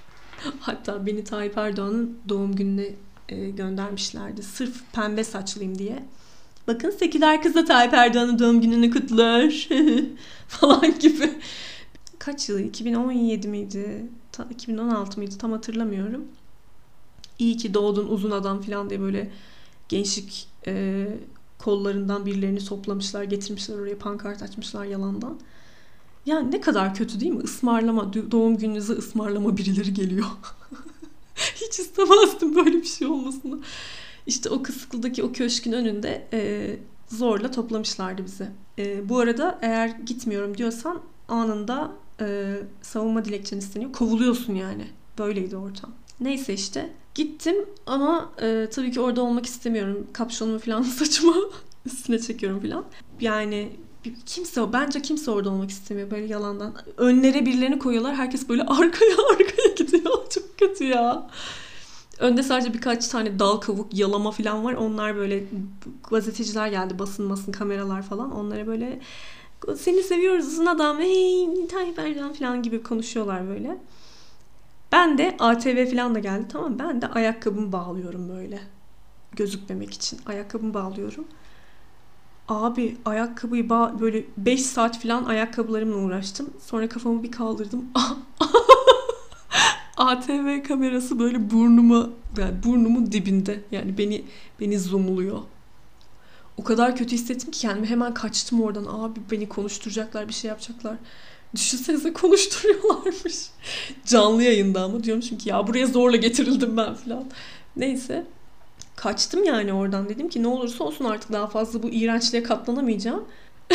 Hatta beni Tayyip Erdoğan'ın doğum gününe e, göndermişlerdi. Sırf pembe saçlıyım diye. Bakın Sekiler kız da Tayyip Erdoğan'ın doğum gününü kutlar falan gibi. Kaç yılı? iki bin on yedi miydi? Ta, iki bin on altı mıydı? Tam hatırlamıyorum. İyi ki doğdun uzun adam falan diye böyle gençlik e, kollarından birilerini toplamışlar, getirmişler oraya, pankart açmışlar yalandan. Yani ne kadar kötü değil mi? Ismarlama, doğum gününüze ısmarlama birileri geliyor. Hiç istemezdim böyle bir şey olmasını. İşte o Kısıklı'daki o köşkün önünde e, zorla toplamışlardı bizi. E, bu arada eğer gitmiyorum diyorsan anında e, savunma dilekçen isteniyor. Kovuluyorsun yani. Böyleydi ortam. Neyse işte gittim ama e, tabii ki orada olmak istemiyorum. Kapşonumu falan saçıma üstüne çekiyorum falan. Yani kimse, bence kimse orada olmak istemiyor böyle yalandan. Önlere birilerini koyuyorlar. Herkes böyle arkaya arkaya gidiyor. Çok kötü ya. Önde sadece birkaç tane dal kavuk yalama falan var. Onlar böyle, gazeteciler geldi, basın basın kameralar falan. Onlara böyle seni seviyoruz uzun adam, hey Tayyip Erdoğan falan gibi konuşuyorlar böyle. Ben de A T V falan da geldi, tamam, ben de ayakkabımı bağlıyorum böyle. Gözükmemek için ayakkabımı bağlıyorum. Abi ayakkabıyı bağ böyle beş saat falan ayakkabılarımla uğraştım. Sonra kafamı bir kaldırdım. A T V kamerası böyle burnuma, yani burnumun dibinde. Yani beni beni zoomluyor. O kadar kötü hissettim ki kendimi, hemen kaçtım oradan. Abi beni konuşturacaklar, bir şey yapacaklar. Düşünsenize konuşturuyorlarmış. Canlı yayında ama, diyormuşum ki ya buraya zorla getirildim ben falan. Neyse. Kaçtım yani oradan, dedim ki ne olursa olsun artık daha fazla bu iğrençliğe katlanamayacağım.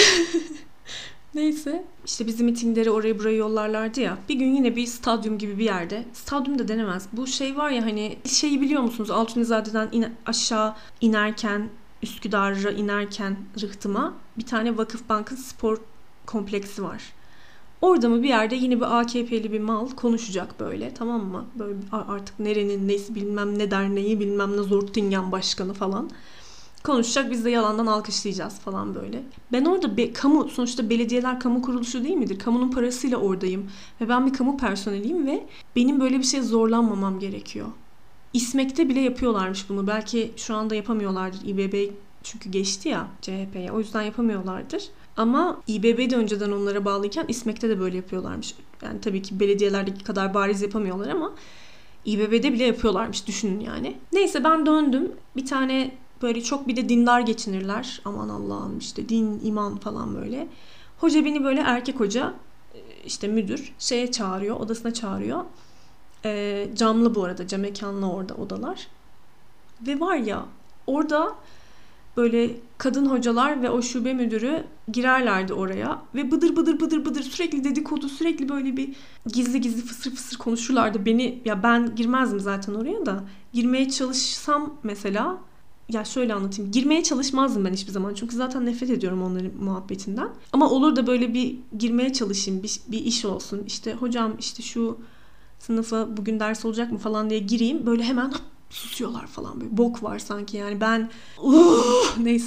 Neyse işte bizim mitingleri oraya buraya yollarlardı ya. Bir gün yine bir stadyum gibi bir yerde. Stadyum da denemez. Bu şey var ya hani, şeyi biliyor musunuz? Altunizade'den in- aşağı inerken, Üsküdar'a inerken Rıhtım'a bir tane Vakıfbank'ın spor kompleksi var. Orada mı bir yerde yine bir A K P'li bir mal konuşacak böyle, tamam mı? Böyle artık nerenin neyse, bilmem ne derneği, bilmem ne Zortingen başkanı falan konuşacak. Biz de yalandan alkışlayacağız falan böyle. Ben orada be, kamu, sonuçta belediyeler kamu kuruluşu değil midir? Kamunun parasıyla oradayım. Ve ben bir kamu personeliyim ve benim böyle bir şeye zorlanmamam gerekiyor. İSMEK'te bile yapıyorlarmış bunu. Belki şu anda yapamıyorlardır. İBB çünkü geçti ya C H P'ye. O yüzden yapamıyorlardır. Ama İBB de önceden onlara bağlıyken İSMEK'te de böyle yapıyorlarmış. Yani tabii ki belediyelerdeki kadar bariz yapamıyorlar ama İBB'de bile yapıyorlarmış. Düşünün yani. Neyse ben döndüm. Bir tane böyle çok bir de dindar geçinirler. Aman Allah'ım işte din, iman falan böyle. Hoca beni böyle, erkek hoca, işte müdür şeye çağırıyor, odasına çağırıyor. E, camlı bu arada, cam mekanlı orada odalar. Ve var ya orada böyle kadın hocalar ve o şube müdürü girerlerdi oraya ve bıdır bıdır bıdır bıdır sürekli dedikodu, sürekli böyle bir gizli gizli fısır fısır konuşurlardı. Beni, ya ben girmezdim zaten oraya da, girmeye çalışsam mesela, ya şöyle anlatayım, girmeye çalışmazdım ben hiçbir zaman çünkü zaten nefret ediyorum onların muhabbetinden. Ama olur da böyle bir girmeye çalışayım, bir, bir iş olsun, işte hocam işte şu sınıfa bugün ders olacak mı falan diye gireyim, böyle hemen susuyorlar falan, böyle bok var sanki yani ben uh, neyse.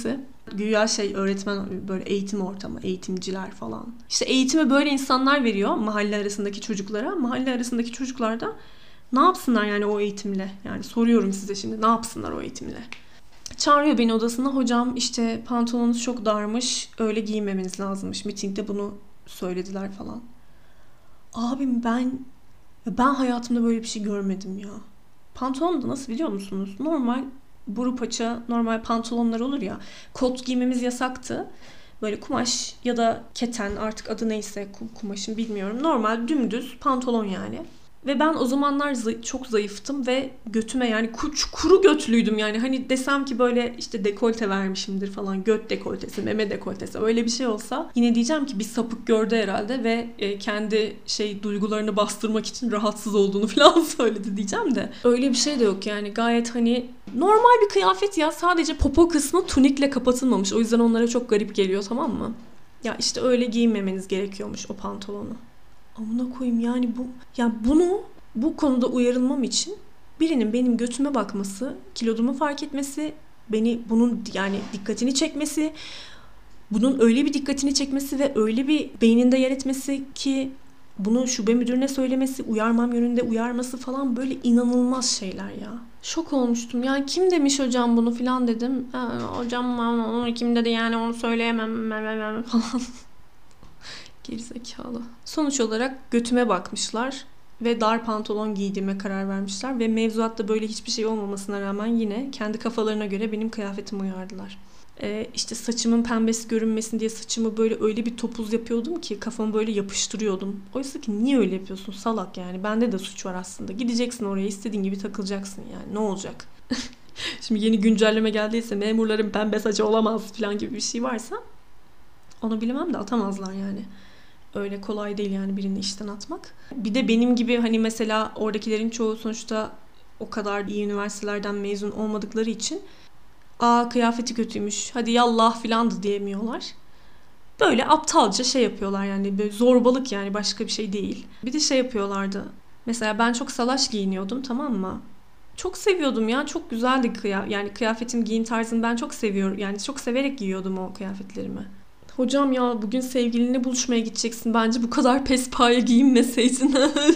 Güya şey öğretmen, böyle eğitim ortamı, eğitimciler falan. İşte eğitimi böyle insanlar veriyor mahalle arasındaki çocuklara. Mahalle arasındaki çocuklar da ne yapsınlar yani o eğitimle? Yani soruyorum size şimdi, ne yapsınlar o eğitimle? Çağırıyor beni odasına. Hocam işte pantolonunuz çok darmış. Öyle giyinmemeniz lazımmış. Mitingde bunu söylediler falan. Abim ben ben hayatımda böyle bir şey görmedim ya. Pantolon da nasıl biliyor musunuz? Normal boru paça, normal pantolonlar olur ya. Kot giymemiz yasaktı. Böyle kumaş ya da keten, artık adı neyse kumaşın bilmiyorum. Normal dümdüz pantolon yani. Ve ben o zamanlar zay- çok zayıftım ve götüme yani kuç, kuru götlüydüm yani. Hani desem ki böyle işte dekolte vermişimdir falan. Göt dekoltesi, meme dekoltesi, öyle bir şey olsa yine diyeceğim ki bir sapık gördü herhalde ve e, kendi şey duygularını bastırmak için rahatsız olduğunu falan söyledi diyeceğim de. Öyle bir şey de yok yani, gayet hani normal bir kıyafet ya, sadece popo kısmı tunikle kapatılmamış. O yüzden onlara çok garip geliyor, tamam mı? Ya işte öyle giyinmemeniz gerekiyormuş o pantolonu. Amına koyayım yani bu, ya bunu bu konuda uyarılmam için birinin benim götüme bakması, kilodumu fark etmesi, beni bunun yani dikkatini çekmesi, bunun öyle bir dikkatini çekmesi ve öyle bir beyninde yer etmesi ki bunu şube müdürüne söylemesi, uyarmam yönünde uyarması falan, böyle inanılmaz şeyler ya. Şok olmuştum. Yani kim demiş hocam bunu falan dedim. Ha, hocam onu kim dedi yani, onu söyleyemem falan. Gerizekalı. Sonuç olarak götüme bakmışlar ve dar pantolon giydiğime karar vermişler ve mevzuatta böyle hiçbir şey olmamasına rağmen yine kendi kafalarına göre benim kıyafetimi uyardılar. Ee, işte saçımın pembesi görünmesin diye saçımı böyle öyle bir topuz yapıyordum ki kafamı böyle yapıştırıyordum. Oysa ki niye öyle yapıyorsun salak yani, bende de suç var aslında. Gideceksin oraya, istediğin gibi takılacaksın yani, ne olacak? Şimdi yeni güncelleme geldiyse memurların pembe saçı olamaz falan gibi bir şey varsa onu bilemem de atamazlar yani. Öyle kolay değil yani birini işten atmak. Bir de benim gibi hani mesela oradakilerin çoğu sonuçta o kadar iyi üniversitelerden mezun olmadıkları için aa kıyafeti kötüymüş, hadi yallah filan da diyemiyorlar. Böyle aptalca şey yapıyorlar yani, böyle zorbalık yani, başka bir şey değil. Bir de şey yapıyorlardı. Mesela ben çok salaş giyiniyordum, tamam mı? Çok seviyordum ya, çok güzeldi kıya yani kıyafetim, giyim tarzını ben çok seviyorum. Yani çok severek giyiyordum o kıyafetlerimi. Hocam ya bugün sevgilinle buluşmaya gideceksin. Bence bu kadar pespaye giyinmeseydin.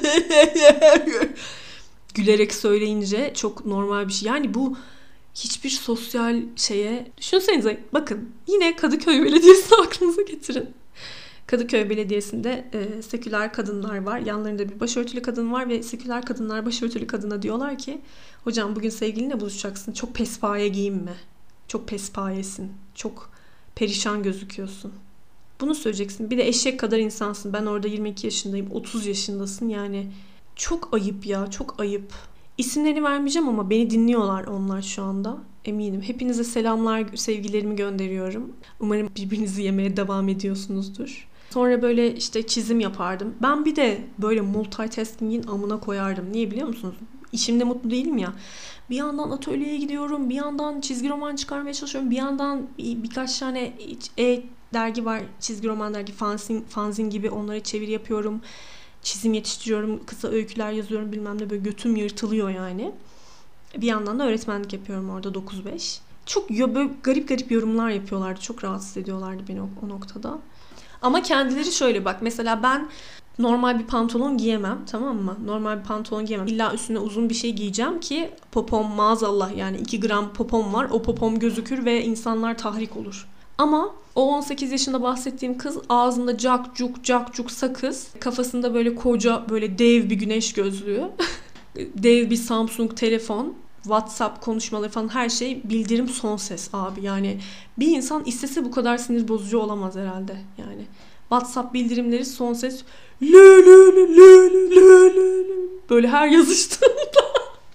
Gülerek söyleyince çok normal bir şey. Yani bu hiçbir sosyal şeye... Düşünsenize bakın, yine Kadıköy Belediyesi'ni aklınıza getirin. Kadıköy Belediyesi'nde e, seküler kadınlar var. Yanlarında bir başörtülü kadın var ve seküler kadınlar başörtülü kadına diyorlar ki hocam bugün sevgilinle buluşacaksın. Çok pespaye giyinme. Çok pespayesin. Çok perişan gözüküyorsun. Bunu söyleyeceksin. Bir de eşek kadar insansın. Ben orada yirmi iki yaşındayım. otuz yaşındasın. Yani çok ayıp ya. Çok ayıp. İsimlerini vermeyeceğim ama beni dinliyorlar onlar şu anda. Eminim. Hepinize selamlar, sevgilerimi gönderiyorum. Umarım birbirinizi yemeye devam ediyorsunuzdur. Sonra böyle işte çizim yapardım. Ben bir de böyle multitasking'in amına koyardım. Niye biliyor musunuz? İşimde mutlu değilim ya. Bir yandan atölyeye gidiyorum, bir yandan çizgi roman çıkarmaya çalışıyorum, bir yandan bir, birkaç tane e dergi var, çizgi roman dergi, fanzin, fanzin gibi, onlara çeviri yapıyorum, çizim yetiştiriyorum, kısa öyküler yazıyorum, bilmem ne, böyle götüm yırtılıyor yani. Bir yandan da öğretmenlik yapıyorum orada dokuz beş. Çok böyle garip garip yorumlar yapıyorlardı, çok rahatsız ediyorlardı beni o, o noktada. Ama kendileri şöyle, bak mesela ben normal bir pantolon giyemem, tamam mı? Normal bir pantolon giyemem. İlla üstüne uzun bir şey giyeceğim ki popom maazallah yani iki gram popom var. O popom gözükür ve insanlar tahrik olur. Ama o on sekiz yaşında bahsettiğim kız ağzında cak cuk cak cuk sakız. Kafasında böyle koca böyle dev bir güneş gözlüğü. Dev bir Samsung telefon. WhatsApp konuşmaları falan, her şey bildirim son ses abi. Yani bir insan istese bu kadar sinir bozucu olamaz herhalde yani. WhatsApp bildirimleri son ses lü lü lü lü lü lü. Böyle her yazıştığında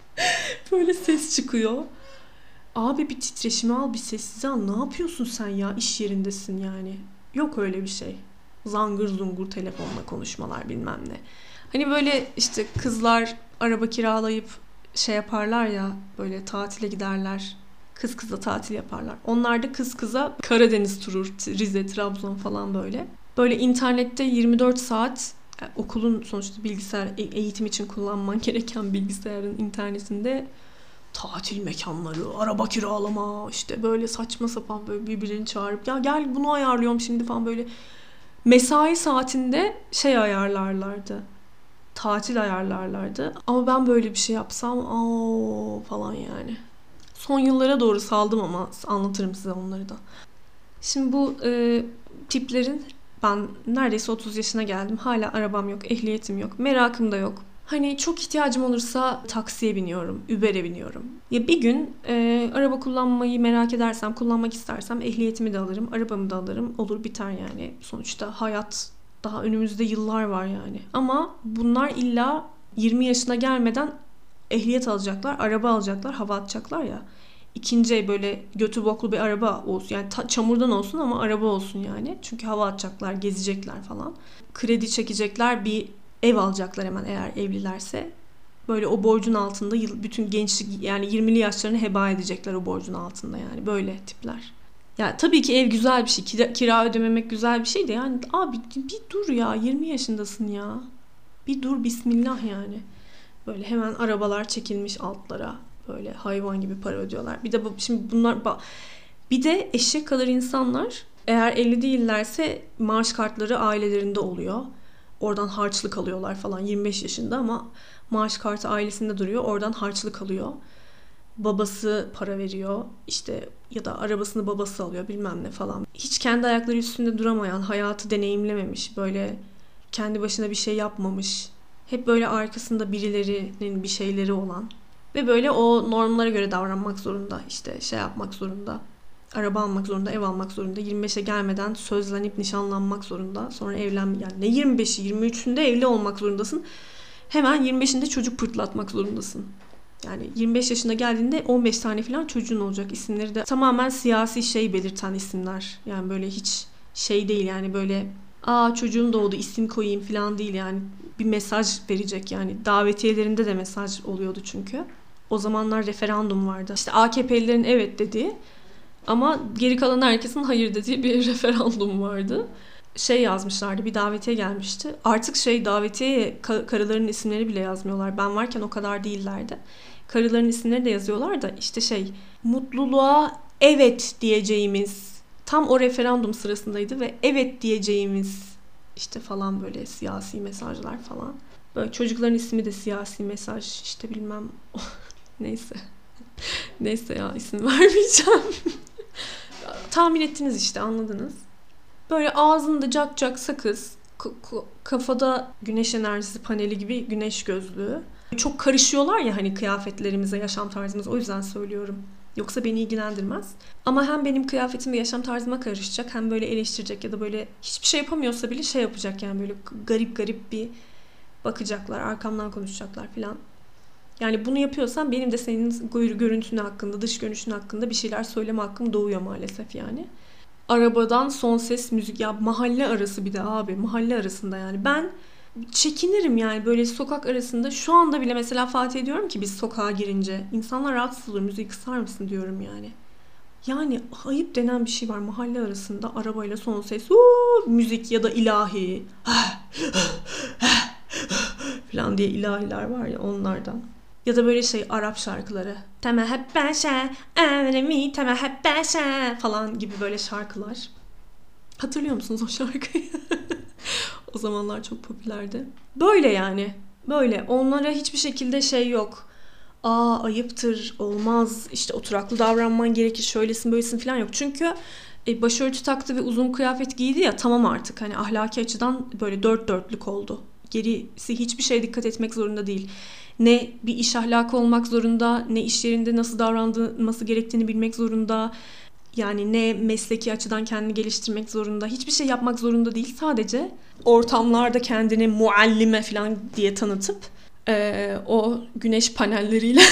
böyle ses çıkıyor. Abi bir titreşimi al, bir sessize al. Ne yapıyorsun sen ya? İş yerindesin yani. Yok öyle bir şey. Zangır zungur telefonla konuşmalar bilmem ne. Hani böyle işte kızlar araba kiralayıp şey yaparlar ya, böyle tatile giderler. Kız kıza tatil yaparlar. Onlar da kız kıza Karadeniz turu, Rize, Trabzon falan böyle. Böyle internette yirmi dört saat, yani okulun sonuçta bilgisayar eğitim için kullanman gereken bilgisayarın internetinde tatil mekanları, araba kiralama, işte böyle saçma sapan böyle birbirini çağırıp ya gel bunu ayarlıyorum şimdi falan böyle mesai saatinde şey ayarlarlardı. Tatil ayarlarlardı. Ama ben böyle bir şey yapsam aa falan yani. Son yıllara doğru saldım ama anlatırım size onları da. Şimdi bu e, tiplerin ben neredeyse otuz yaşına geldim. Hala arabam yok, ehliyetim yok, merakım da yok. Hani çok ihtiyacım olursa taksiye biniyorum, Uber'e biniyorum. Ya bir gün e, araba kullanmayı merak edersem, kullanmak istersem ehliyetimi de alırım, arabamı da alırım. Olur biter yani. Sonuçta hayat daha önümüzde yıllar var yani. Ama bunlar illa yirmi yaşına gelmeden ehliyet alacaklar, araba alacaklar, hava atacaklar ya. İkinci el böyle götü boklu bir araba olsun. Yani ta- çamurdan olsun ama araba olsun yani. Çünkü hava atacaklar, gezecekler falan. Kredi çekecekler, bir ev alacaklar hemen eğer evlilerse. Böyle o borcun altında yıl, bütün gençlik yani yirmili yaşlarını heba edecekler o borcun altında yani. Böyle tipler. Ya tabii ki ev güzel bir şey. Kira, kira ödememek güzel bir şey de yani abi bir dur ya yirmi yaşındasın ya. Bir dur bismillah yani. Böyle hemen arabalar çekilmiş altlara. Böyle hayvan gibi para ödüyorlar. Bir de bu, şimdi bunlar bir de eşek kadar insanlar eğer evli değillerse maaş kartları ailelerinde oluyor. Oradan harçlık alıyorlar falan yirmi beş yaşında ama maaş kartı ailesinde duruyor. Oradan harçlık alıyor. Babası para veriyor. İşte ya da arabasını babası alıyor bilmem ne falan. Hiç kendi ayakları üstünde duramayan, hayatı deneyimlememiş, böyle kendi başına bir şey yapmamış. Hep böyle arkasında birilerinin bir şeyleri olan ve böyle o normlara göre davranmak zorunda. İşte şey yapmak zorunda. Araba almak zorunda, ev almak zorunda. yirmi beşe gelmeden sözlenip nişanlanmak zorunda. Sonra evlen yani ne yirmi beşi yirmi üçünde evli olmak zorundasın. Hemen yirmi beşinde çocuk pırtlatmak zorundasın. Yani yirmi beş yaşına geldiğinde on beş tane falan çocuğun olacak. İsimleri de tamamen siyasi şey belirten isimler. Yani böyle hiç şey değil yani böyle aa çocuğum doğdu isim koyayım falan değil yani. Bir mesaj verecek yani. Davetiyelerinde de mesaj oluyordu çünkü. O zamanlar referandum vardı. İşte A K P'lilerin evet dediği ama geri kalan herkesin hayır dediği bir referandum vardı. Şey yazmışlardı, bir davetiye gelmişti. Artık şey davetiyeye karıların isimleri bile yazmıyorlar. Ben varken o kadar değillerdi. Karıların isimleri de yazıyorlar da işte şey mutluluğa evet diyeceğimiz tam o referandum sırasındaydı ve evet diyeceğimiz işte falan böyle siyasi mesajlar falan. Böyle çocukların ismi de siyasi mesaj işte bilmem neyse. Neyse ya isim vermeyeceğim. Tahmin ettiniz işte anladınız. Böyle ağzında cak cak sakız, k- k- kafada güneş enerjisi paneli gibi güneş gözlüğü. Çok karışıyorlar ya hani kıyafetlerimize, yaşam tarzımıza o yüzden söylüyorum. Yoksa beni ilgilendirmez. Ama hem benim kıyafetim ve yaşam tarzıma karışacak hem böyle eleştirecek ya da böyle hiçbir şey yapamıyorsa bile şey yapacak yani böyle garip garip bir bakacaklar, arkamdan konuşacaklar falan. Yani bunu yapıyorsan benim de senin görüntün hakkında, dış görünüşün hakkında bir şeyler söyleme hakkım doğuyor maalesef yani. Arabadan son ses müzik ya mahalle arası bir de abi mahalle arasında yani ben çekinirim yani böyle sokak arasında şu anda bile mesela Fatih diyorum ki biz sokağa girince insanlar rahatsız olur müziği kısar mısın diyorum yani. Yani ayıp denen bir şey var mahalle arasında arabayla son ses uuu, müzik ya da ilahi falan diye ilahiler var ya onlardan. Ya da böyle şey Arap şarkıları. Teme hep beşe, emremi teme hep beşe falan gibi böyle şarkılar. Hatırlıyor musunuz o şarkıyı? O zamanlar çok popülerdi. Böyle yani. Böyle. Onlara hiçbir şekilde şey yok. Aa ayıptır, olmaz, işte oturaklı davranman gerekir, şöylesin böylesin falan yok. Çünkü e, başörtü taktı ve uzun kıyafet giydi ya tamam artık hani ahlaki açıdan böyle dört dörtlük oldu. Gerisi hiçbir şeye dikkat etmek zorunda değil. Ne bir iş ahlakı olmak zorunda, ne iş yerinde nasıl davranılması gerektiğini bilmek zorunda. Yani ne mesleki açıdan kendini geliştirmek zorunda. Hiçbir şey yapmak zorunda değil. Sadece ortamlarda kendini muallime falan diye tanıtıp e, o güneş panelleriyle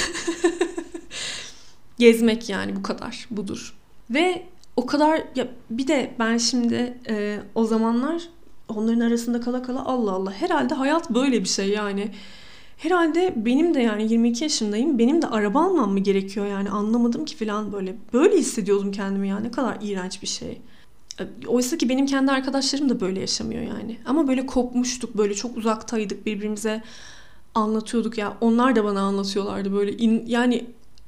gezmek yani bu kadar. Budur. Ve o kadar ya bir de ben şimdi e, o zamanlar onların arasında kala kala Allah Allah herhalde hayat böyle bir şey yani. Herhalde benim de yani yirmi iki yaşındayım. Benim de araba almam mı gerekiyor yani anlamadım ki falan böyle. Böyle hissediyordum kendimi ya ne kadar iğrenç bir şey. Oysa ki benim kendi arkadaşlarım da böyle yaşamıyor yani. Ama böyle kopmuştuk böyle çok uzaktaydık birbirimize anlatıyorduk ya. Onlar da bana anlatıyorlardı böyle in, yani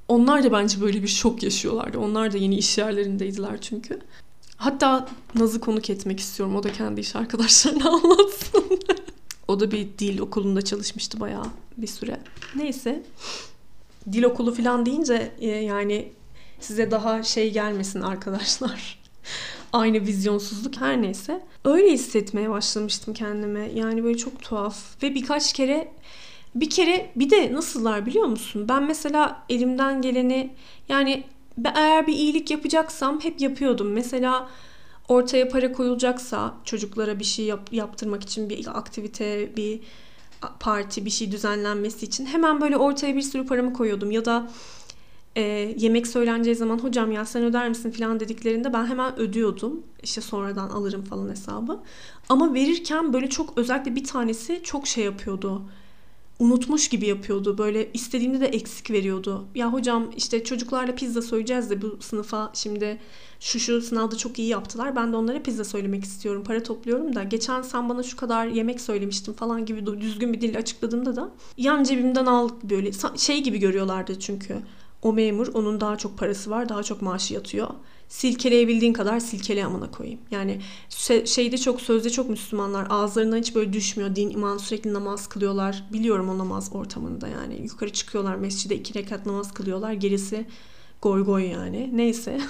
Onlar da bence böyle bir şok yaşıyorlardı. Onlar da yeni iş yerlerindeydiler çünkü. Hatta Naz'ı konuk etmek istiyorum. O da kendi iş arkadaşlarına anlatsın. O da bir dil okulunda çalışmıştı bayağı bir süre. Neyse. Dil okulu falan deyince yani size daha şey gelmesin arkadaşlar. Aynı vizyonsuzluk, her neyse. Öyle hissetmeye başlamıştım kendime. Yani böyle çok tuhaf. Ve birkaç kere bir kere bir de nasıllar biliyor musun? Ben mesela elimden geleni, yani eğer bir iyilik yapacaksam hep yapıyordum. Mesela ortaya para koyulacaksa çocuklara bir şey yap, yaptırmak için, bir aktivite, bir parti, bir şey düzenlenmesi için hemen böyle ortaya bir sürü paramı koyuyordum. Ya da e, yemek söyleneceği zaman hocam ya sen öder misin falan dediklerinde ben hemen ödüyordum. İşte sonradan alırım falan hesabı. Ama verirken böyle çok, özellikle bir tanesi çok şey yapıyordu. Unutmuş gibi yapıyordu. Böyle istediğimde de eksik veriyordu. Ya hocam işte çocuklarla pizza söyleyeceğiz de bu sınıfa şimdi şu şu sınavda çok iyi yaptılar. Ben de onlara pizza söylemek istiyorum. Para topluyorum da geçen sen bana şu kadar yemek söylemiştin falan gibi düzgün bir dille açıkladığımda da yan cebimden al, böyle şey gibi görüyorlardı çünkü. O memur, onun daha çok parası var, daha çok maaşı yatıyor. Silkeleyebildiğin kadar silkele amına koyayım. Yani şeyde çok, sözde çok Müslümanlar, ağızlarından hiç böyle düşmüyor. Din, iman, sürekli namaz kılıyorlar. Biliyorum o namaz ortamında yani. Yukarı çıkıyorlar mescide, iki rekat namaz kılıyorlar. Gerisi goy goy yani. Neyse.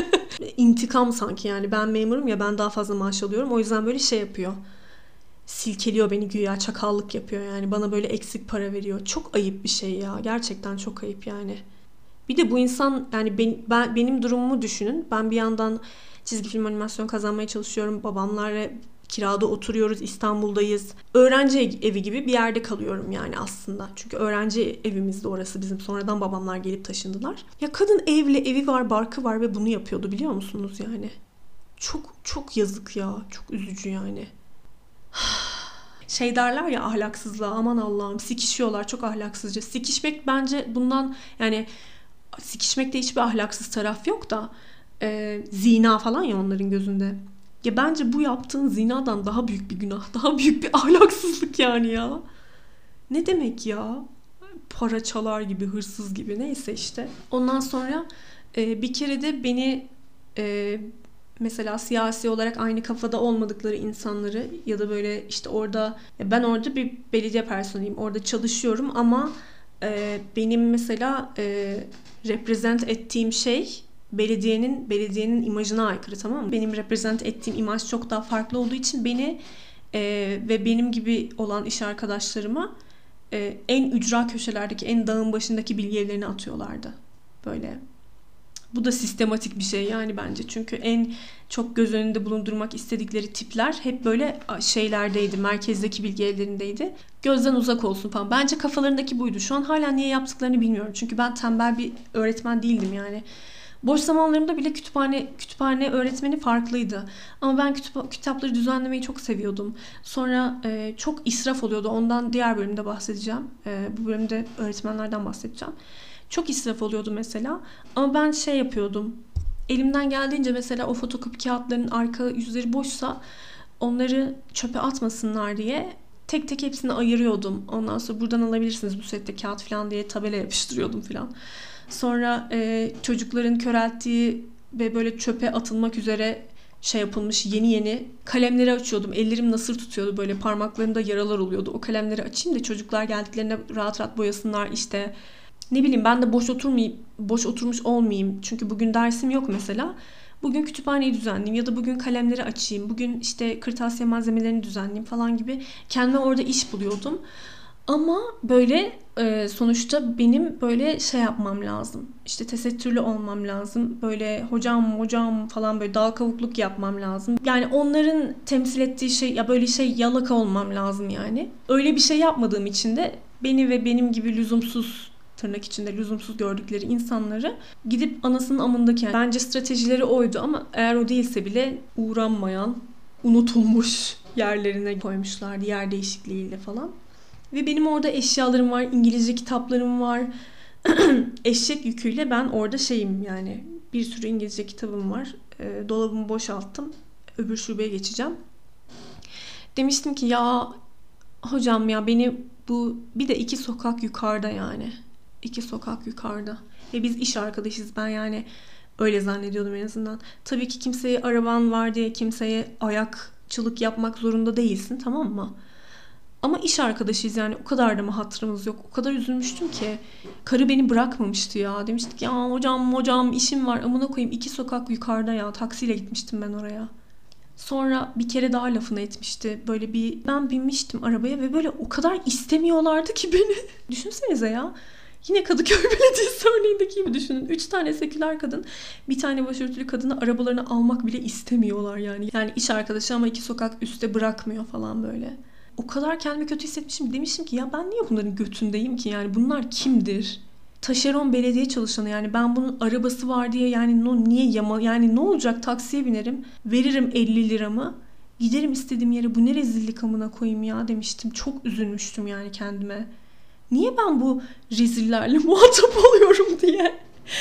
İntikam sanki yani. Ben memurum ya, ben daha fazla maaş alıyorum. O yüzden böyle şey yapıyor. Silkeliyor beni güya, çakallık yapıyor yani. Bana böyle eksik para veriyor. Çok ayıp bir şey ya. Gerçekten çok ayıp yani. Bir de bu insan, yani ben, ben benim durumumu düşünün. Ben bir yandan çizgi film animasyon kazanmaya çalışıyorum. Babamlarla kirada oturuyoruz. İstanbul'dayız. Öğrenci evi gibi bir yerde kalıyorum yani aslında. Çünkü öğrenci evimizde orası bizim. Sonradan babamlar gelip taşındılar. Ya kadın evli, evi var, barkı var ve bunu yapıyordu, biliyor musunuz yani? Çok çok yazık ya. Çok üzücü yani. Şey derler ya, ahlaksızlığa aman Allah'ım, sikişiyorlar çok ahlaksızca. Sikişmek bence bundan, yani sikişmekte hiçbir ahlaksız taraf yok da e, zina falan ya onların gözünde. Ya bence bu yaptığın zinadan daha büyük bir günah. Daha büyük bir ahlaksızlık yani ya. Ne demek ya? Para çalar gibi, hırsız gibi, neyse işte. Ondan sonra e, bir kere de beni e, mesela siyasi olarak aynı kafada olmadıkları insanları ya da böyle işte orada, ben orada bir belediye personeliyim. Orada çalışıyorum ama e, benim mesela e, represent ettiğim şey belediyenin belediyenin imajına aykırı, tamam mı? Benim represent ettiğim imaj çok daha farklı olduğu için beni e, ve benim gibi olan iş arkadaşlarıma e, en ücra köşelerdeki, en dağın başındaki bilgi evlerine atıyorlardı. Böyle. Bu da sistematik bir şey yani bence. Çünkü en çok göz önünde bulundurmak istedikleri tipler hep böyle şeylerdeydi. Merkezdeki bilgi evlerindeydi. Gözden uzak olsun falan. Bence kafalarındaki buydu. Şu an hala niye yaptıklarını bilmiyorum. Çünkü ben tembel bir öğretmen değildim yani. Boş zamanlarımda bile kütüphane kütüphane öğretmeni farklıydı. Ama ben kütüp, kitapları düzenlemeyi çok seviyordum. Sonra e, çok israf oluyordu. Ondan diğer bölümde bahsedeceğim. E, bu bölümde öğretmenlerden bahsedeceğim. Çok israf oluyordu mesela. Ama ben şey yapıyordum. Elimden geldiğince mesela o fotokopi kağıtlarının arka yüzleri boşsa onları çöpe atmasınlar diye tek tek hepsini ayırıyordum. Ondan sonra buradan alabilirsiniz bu sette kağıt falan diye tabela yapıştırıyordum falan. Sonra e, çocukların körelttiği ve böyle çöpe atılmak üzere şey yapılmış yeni yeni kalemleri açıyordum. Ellerim nasır tutuyordu, böyle parmaklarımda yaralar oluyordu. O kalemleri açayım da çocuklar geldiklerinde rahat rahat boyasınlar işte. Ne bileyim, ben de boş oturmayayım, boş oturmuş olmayayım. Çünkü bugün dersim yok mesela. Bugün kütüphaneyi düzenleyeyim ya da bugün kalemleri açayım. Bugün işte kırtasiye malzemelerini düzenleyeyim falan gibi kendime orada iş buluyordum. Ama böyle e, sonuçta benim böyle şey yapmam lazım. İşte tesettürlü olmam lazım. Böyle hocam hocam falan böyle dal kavukluk yapmam lazım. Yani onların temsil ettiği şey, ya böyle şey yalaka olmam lazım yani. Öyle bir şey yapmadığım için de beni ve benim gibi lüzumsuz, tırnak içinde lüzumsuz gördükleri insanları gidip anasının amındaki, yani bence stratejileri oydu ama eğer o değilse bile uğranmayan, unutulmuş yerlerine koymuşlardı, yer değişikliğiyle falan. Ve benim orada eşyalarım var, İngilizce kitaplarım var. Eşek yüküyle ben orada şeyim yani, bir sürü İngilizce kitabım var. E, dolabımı boşalttım. Öbür şubeye geçeceğim. Demiştim ki ya hocam ya beni bu, bir de iki sokak yukarıda yani. İki sokak yukarıda. Ve biz iş arkadaşıyız. Ben yani öyle zannediyordum en azından. Tabii ki kimseye araban var diye kimseye ayakçılık yapmak zorunda değilsin, tamam mı? Ama iş arkadaşıyız yani, o kadar da mı hatırımız yok? O kadar üzülmüştüm ki. Karı beni bırakmamıştı ya. Demiştik ya hocam hocam işim var, amına koyayım, iki sokak yukarıda ya. Taksiyle gitmiştim ben oraya. Sonra bir kere daha lafını etmişti. Böyle bir, ben binmiştim arabaya ve böyle o kadar istemiyorlardı ki beni. Düşünsenize ya. Yine Kadıköy Belediyesi örneğindeki gibi düşünün. Üç tane seküler kadın, bir tane başörtülü kadını arabalarına almak bile istemiyorlar yani. Yani iş arkadaşı ama iki sokak üstte bırakmıyor falan böyle. O kadar kendimi kötü hissetmişim. Demiştim ki ya ben niye bunların götündeyim ki? Yani bunlar kimdir? Taşeron belediye çalışanı, yani ben bunun arabası var diye yani no, niye yama, yani ne olacak, taksiye binerim, veririm elli liramı, giderim istediğim yere, bu ne rezillik amına koyayım ya demiştim. Çok üzülmüştüm yani kendime. Niye ben bu rezillerle muhatap oluyorum diye.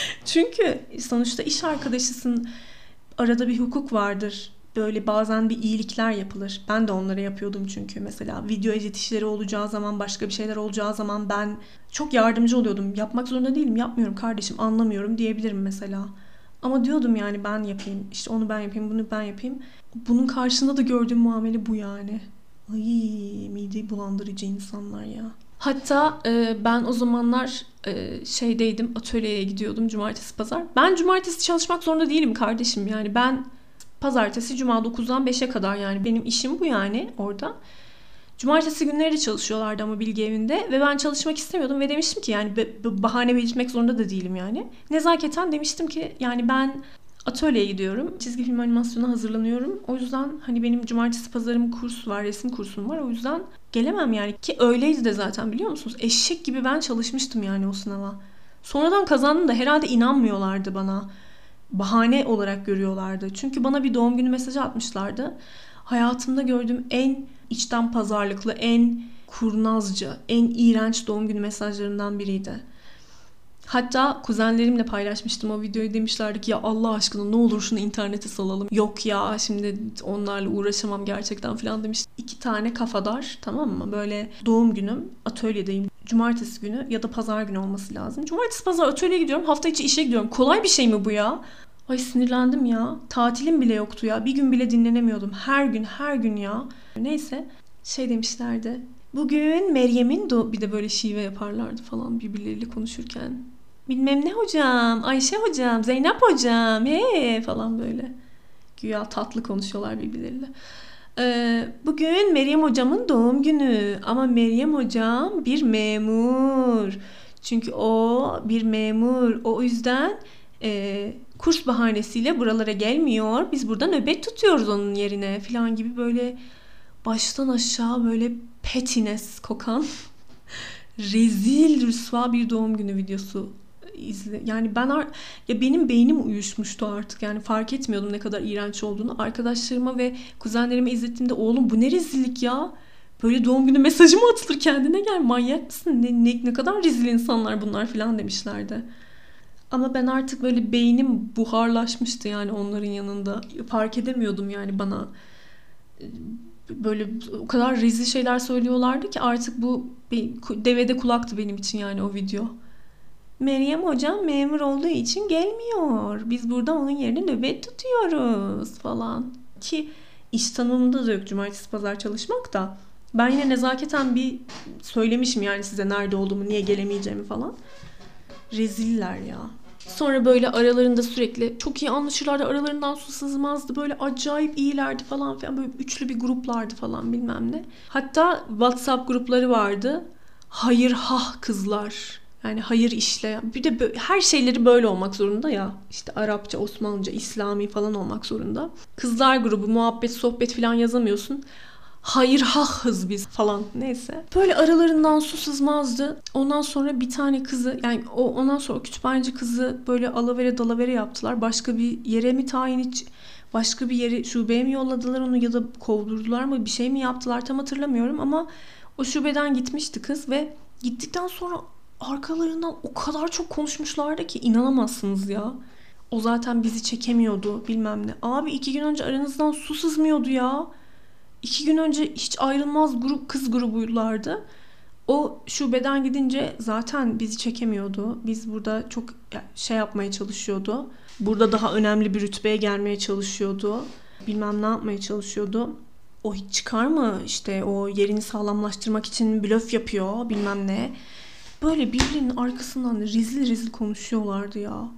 Çünkü sonuçta iş arkadaşısın, arada bir hukuk vardır. Böyle bazen bir iyilikler yapılır. Ben de onları yapıyordum çünkü. Mesela video edit işleri olacağı zaman, başka bir şeyler olacağı zaman ben çok yardımcı oluyordum. Yapmak zorunda değilim, yapmıyorum kardeşim, anlamıyorum diyebilirim mesela. Ama diyordum yani ben yapayım, işte onu ben yapayım, bunu ben yapayım. Bunun karşında da gördüğüm muamele bu yani. Ay, mide bulandırıcı insanlar ya. Hatta e, ben o zamanlar e, şeydeydim, atölyeye gidiyordum cumartesi pazar. Ben cumartesi çalışmak zorunda değilim kardeşim, yani ben pazartesi cuma dokuzdan beşe kadar, yani benim işim bu yani orada. Cumartesi günleri de çalışıyorlardı ama Bilgi Evi'nde ve ben çalışmak istemiyordum ve demiştim ki yani bahane belirtmek zorunda da değilim yani. Nezaketen demiştim ki yani ben atölyeye gidiyorum. Çizgi film animasyona hazırlanıyorum. O yüzden hani benim cumartesi pazarım kurs var, resim kursum var. O yüzden gelemem yani. Ki öyleydi de zaten, biliyor musunuz? Eşek gibi ben çalışmıştım yani o sınava. Sonradan kazandım da herhalde inanmıyorlardı bana. Bahane olarak görüyorlardı. Çünkü bana bir doğum günü mesajı atmışlardı. Hayatımda gördüğüm en içten pazarlıklı, en kurnazca, en iğrenç doğum günü mesajlarından biriydi. Hatta kuzenlerimle paylaşmıştım o videoyu, demişlerdi ki ya Allah aşkına ne olur şunu internete salalım. Yok ya şimdi onlarla uğraşamam gerçekten falan demiş. İki tane kafadar, tamam mı? Böyle doğum günüm, atölyedeyim. Cumartesi günü ya da pazar günü olması lazım. Cumartesi pazar atölyeye gidiyorum, hafta içi işe gidiyorum. Kolay bir şey mi bu ya? Ay sinirlendim ya. Tatilim bile yoktu ya. Bir gün bile dinlenemiyordum. Her gün her gün ya. Neyse şey demişlerdi. Bugün Meryem'in do- bir de böyle şive yaparlardı falan birbirleriyle konuşurken. Bilmem ne hocam, Ayşe hocam, Zeynep hocam, he falan böyle. Güya tatlı konuşuyorlar birbirleriyle. Ee, bugün Meryem hocamın doğum günü ama Meryem hocam bir memur. Çünkü o bir memur. O yüzden e, kurs bahanesiyle buralara gelmiyor. Biz burada nöbet tutuyoruz onun yerine falan gibi böyle baştan aşağı böyle petines kokan rezil rüsva bir doğum günü videosu izle. Yani ben ar- ya benim beynim uyuşmuştu artık. Yani fark etmiyordum ne kadar iğrenç olduğunu. Arkadaşlarıma ve kuzenlerime izlettiğimde oğlum bu ne rezillik ya? Böyle doğum günü mesajı mı atılır, kendine gel, manyak mısın? Ne, ne, ne kadar rezil insanlar bunlar falan demişlerdi. Ama ben artık böyle beynim buharlaşmıştı yani onların yanında. Fark edemiyordum yani bana böyle o kadar rezil şeyler söylüyorlardı ki artık bu bir devede kulaktı benim için yani o video. Meryem hocam memur olduğu için gelmiyor. Biz burada onun yerine nöbet tutuyoruz falan. Ki iş tanımında da yok cumartesi pazar çalışmak da. Ben yine nezaketen bir söylemişim yani size nerede olduğumu, niye gelemeyeceğimi falan. Reziller ya. Sonra böyle aralarında sürekli çok iyi anlaşırlardı. Aralarından su sızmazdı. Böyle acayip iyilerdi falan filan. Böyle üçlü bir gruplardı falan bilmem ne. Hatta WhatsApp grupları vardı. Hayır hah kızlar. Yani hayır işle. Bir de böyle, her şeyleri böyle olmak zorunda ya. İşte Arapça, Osmanlıca, İslami falan olmak zorunda. Kızlar grubu, muhabbet, sohbet falan yazamıyorsun. Hayır hahız biz falan, neyse. Böyle aralarından su sızmazdı. Ondan sonra bir tane kızı, yani o ondan sonra o kütüphaneci kızı böyle alavere dalavere yaptılar. Başka bir yere mi tayin, başka bir yere, şubeye mi yolladılar onu ya da kovdurdular mı, bir şey mi yaptılar tam hatırlamıyorum ama o şubeden gitmişti kız ve gittikten sonra arkalarından o kadar çok konuşmuşlardı ki inanamazsınız ya. O zaten bizi çekemiyordu bilmem ne. Abi iki gün önce aranızdan su sızmıyordu ya. İki gün önce hiç ayrılmaz grup, kız grubuylardı. O şubeden gidince zaten bizi çekemiyordu. Biz burada çok şey yapmaya çalışıyordu. Burada daha önemli bir rütbeye gelmeye çalışıyordu. Bilmem ne yapmaya çalışıyordu. O hiç çıkar mı? İşte o yerini sağlamlaştırmak için blöf yapıyor bilmem ne. Böyle birbirinin arkasından rezil rezil konuşuyorlardı ya.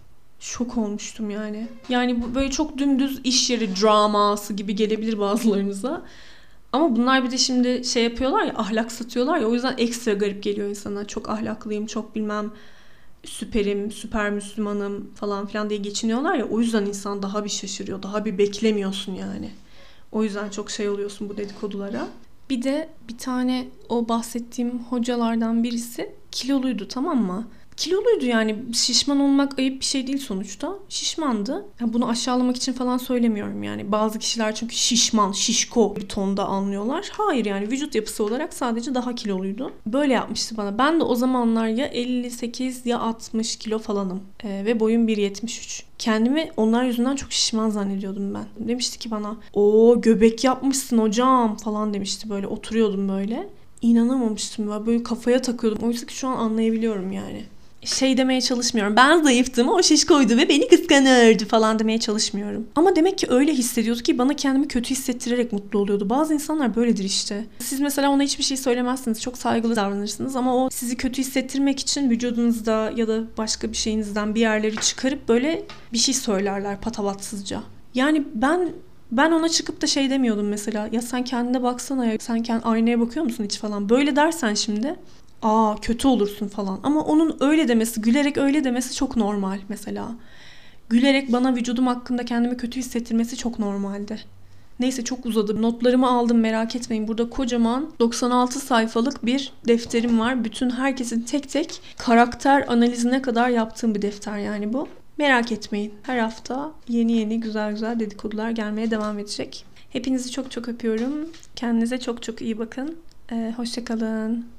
Şok olmuştum yani. Yani bu böyle çok dümdüz iş yeri draması gibi gelebilir bazılarınıza. Ama bunlar bir de şimdi şey yapıyorlar ya, ahlak satıyorlar ya, o yüzden ekstra garip geliyor insana. Çok ahlaklıyım, çok bilmem süperim, süper Müslümanım falan filan diye geçiniyorlar ya, o yüzden insan daha bir şaşırıyor, daha bir beklemiyorsun yani. O yüzden çok şey oluyorsun bu dedikodulara. Bir de bir tane o bahsettiğim hocalardan birisi kiloluydu, tamam mı? Kiloluydu yani, şişman olmak ayıp bir şey değil sonuçta. Şişmandı. Yani bunu aşağılamak için falan söylemiyorum yani. Bazı kişiler çünkü şişman, şişko bir tonda anlıyorlar. Hayır yani vücut yapısı olarak sadece daha kiloluydu. Böyle yapmıştı bana. Ben de o zamanlar ya elli sekiz ya altmış kilo falanım. Ee, ve boyum bir yetmiş üç. Kendimi onlar yüzünden çok şişman zannediyordum ben. Demişti ki bana, o göbek yapmışsın hocam falan demişti, böyle oturuyordum böyle. İnanamamıştım ya, böyle kafaya takıyordum. Oysa ki şu an anlayabiliyorum yani. Şey demeye çalışmıyorum. Ben zayıftım, o şişkoydu ve beni kıskanırdı falan demeye çalışmıyorum. Ama demek ki öyle hissediyordu ki bana kendimi kötü hissettirerek mutlu oluyordu. Bazı insanlar böyledir işte. Siz mesela ona hiçbir şey söylemezsiniz. Çok saygılı davranırsınız ama o sizi kötü hissettirmek için vücudunuzda ya da başka bir şeyinizden bir yerleri çıkarıp böyle bir şey söylerler patavatsızca. Yani ben Ben ona çıkıp da şey demiyordum mesela. Ya sen kendine baksana ya. Sen kendi aynaya bakıyor musun hiç falan. Böyle dersen şimdi, aa kötü olursun falan. Ama onun öyle demesi, gülerek öyle demesi çok normal mesela. Gülerek bana vücudum hakkında kendimi kötü hissettirmesi çok normaldi. Neyse çok uzadı. Notlarımı aldım, merak etmeyin. Burada kocaman doksan altı sayfalık bir defterim var. Bütün herkesin tek tek karakter analizine kadar yaptığım bir defter yani bu. Merak etmeyin. Her hafta yeni yeni güzel güzel dedikodular gelmeye devam edecek. Hepinizi çok çok öpüyorum. Kendinize çok çok iyi bakın. Ee, hoşça kalın.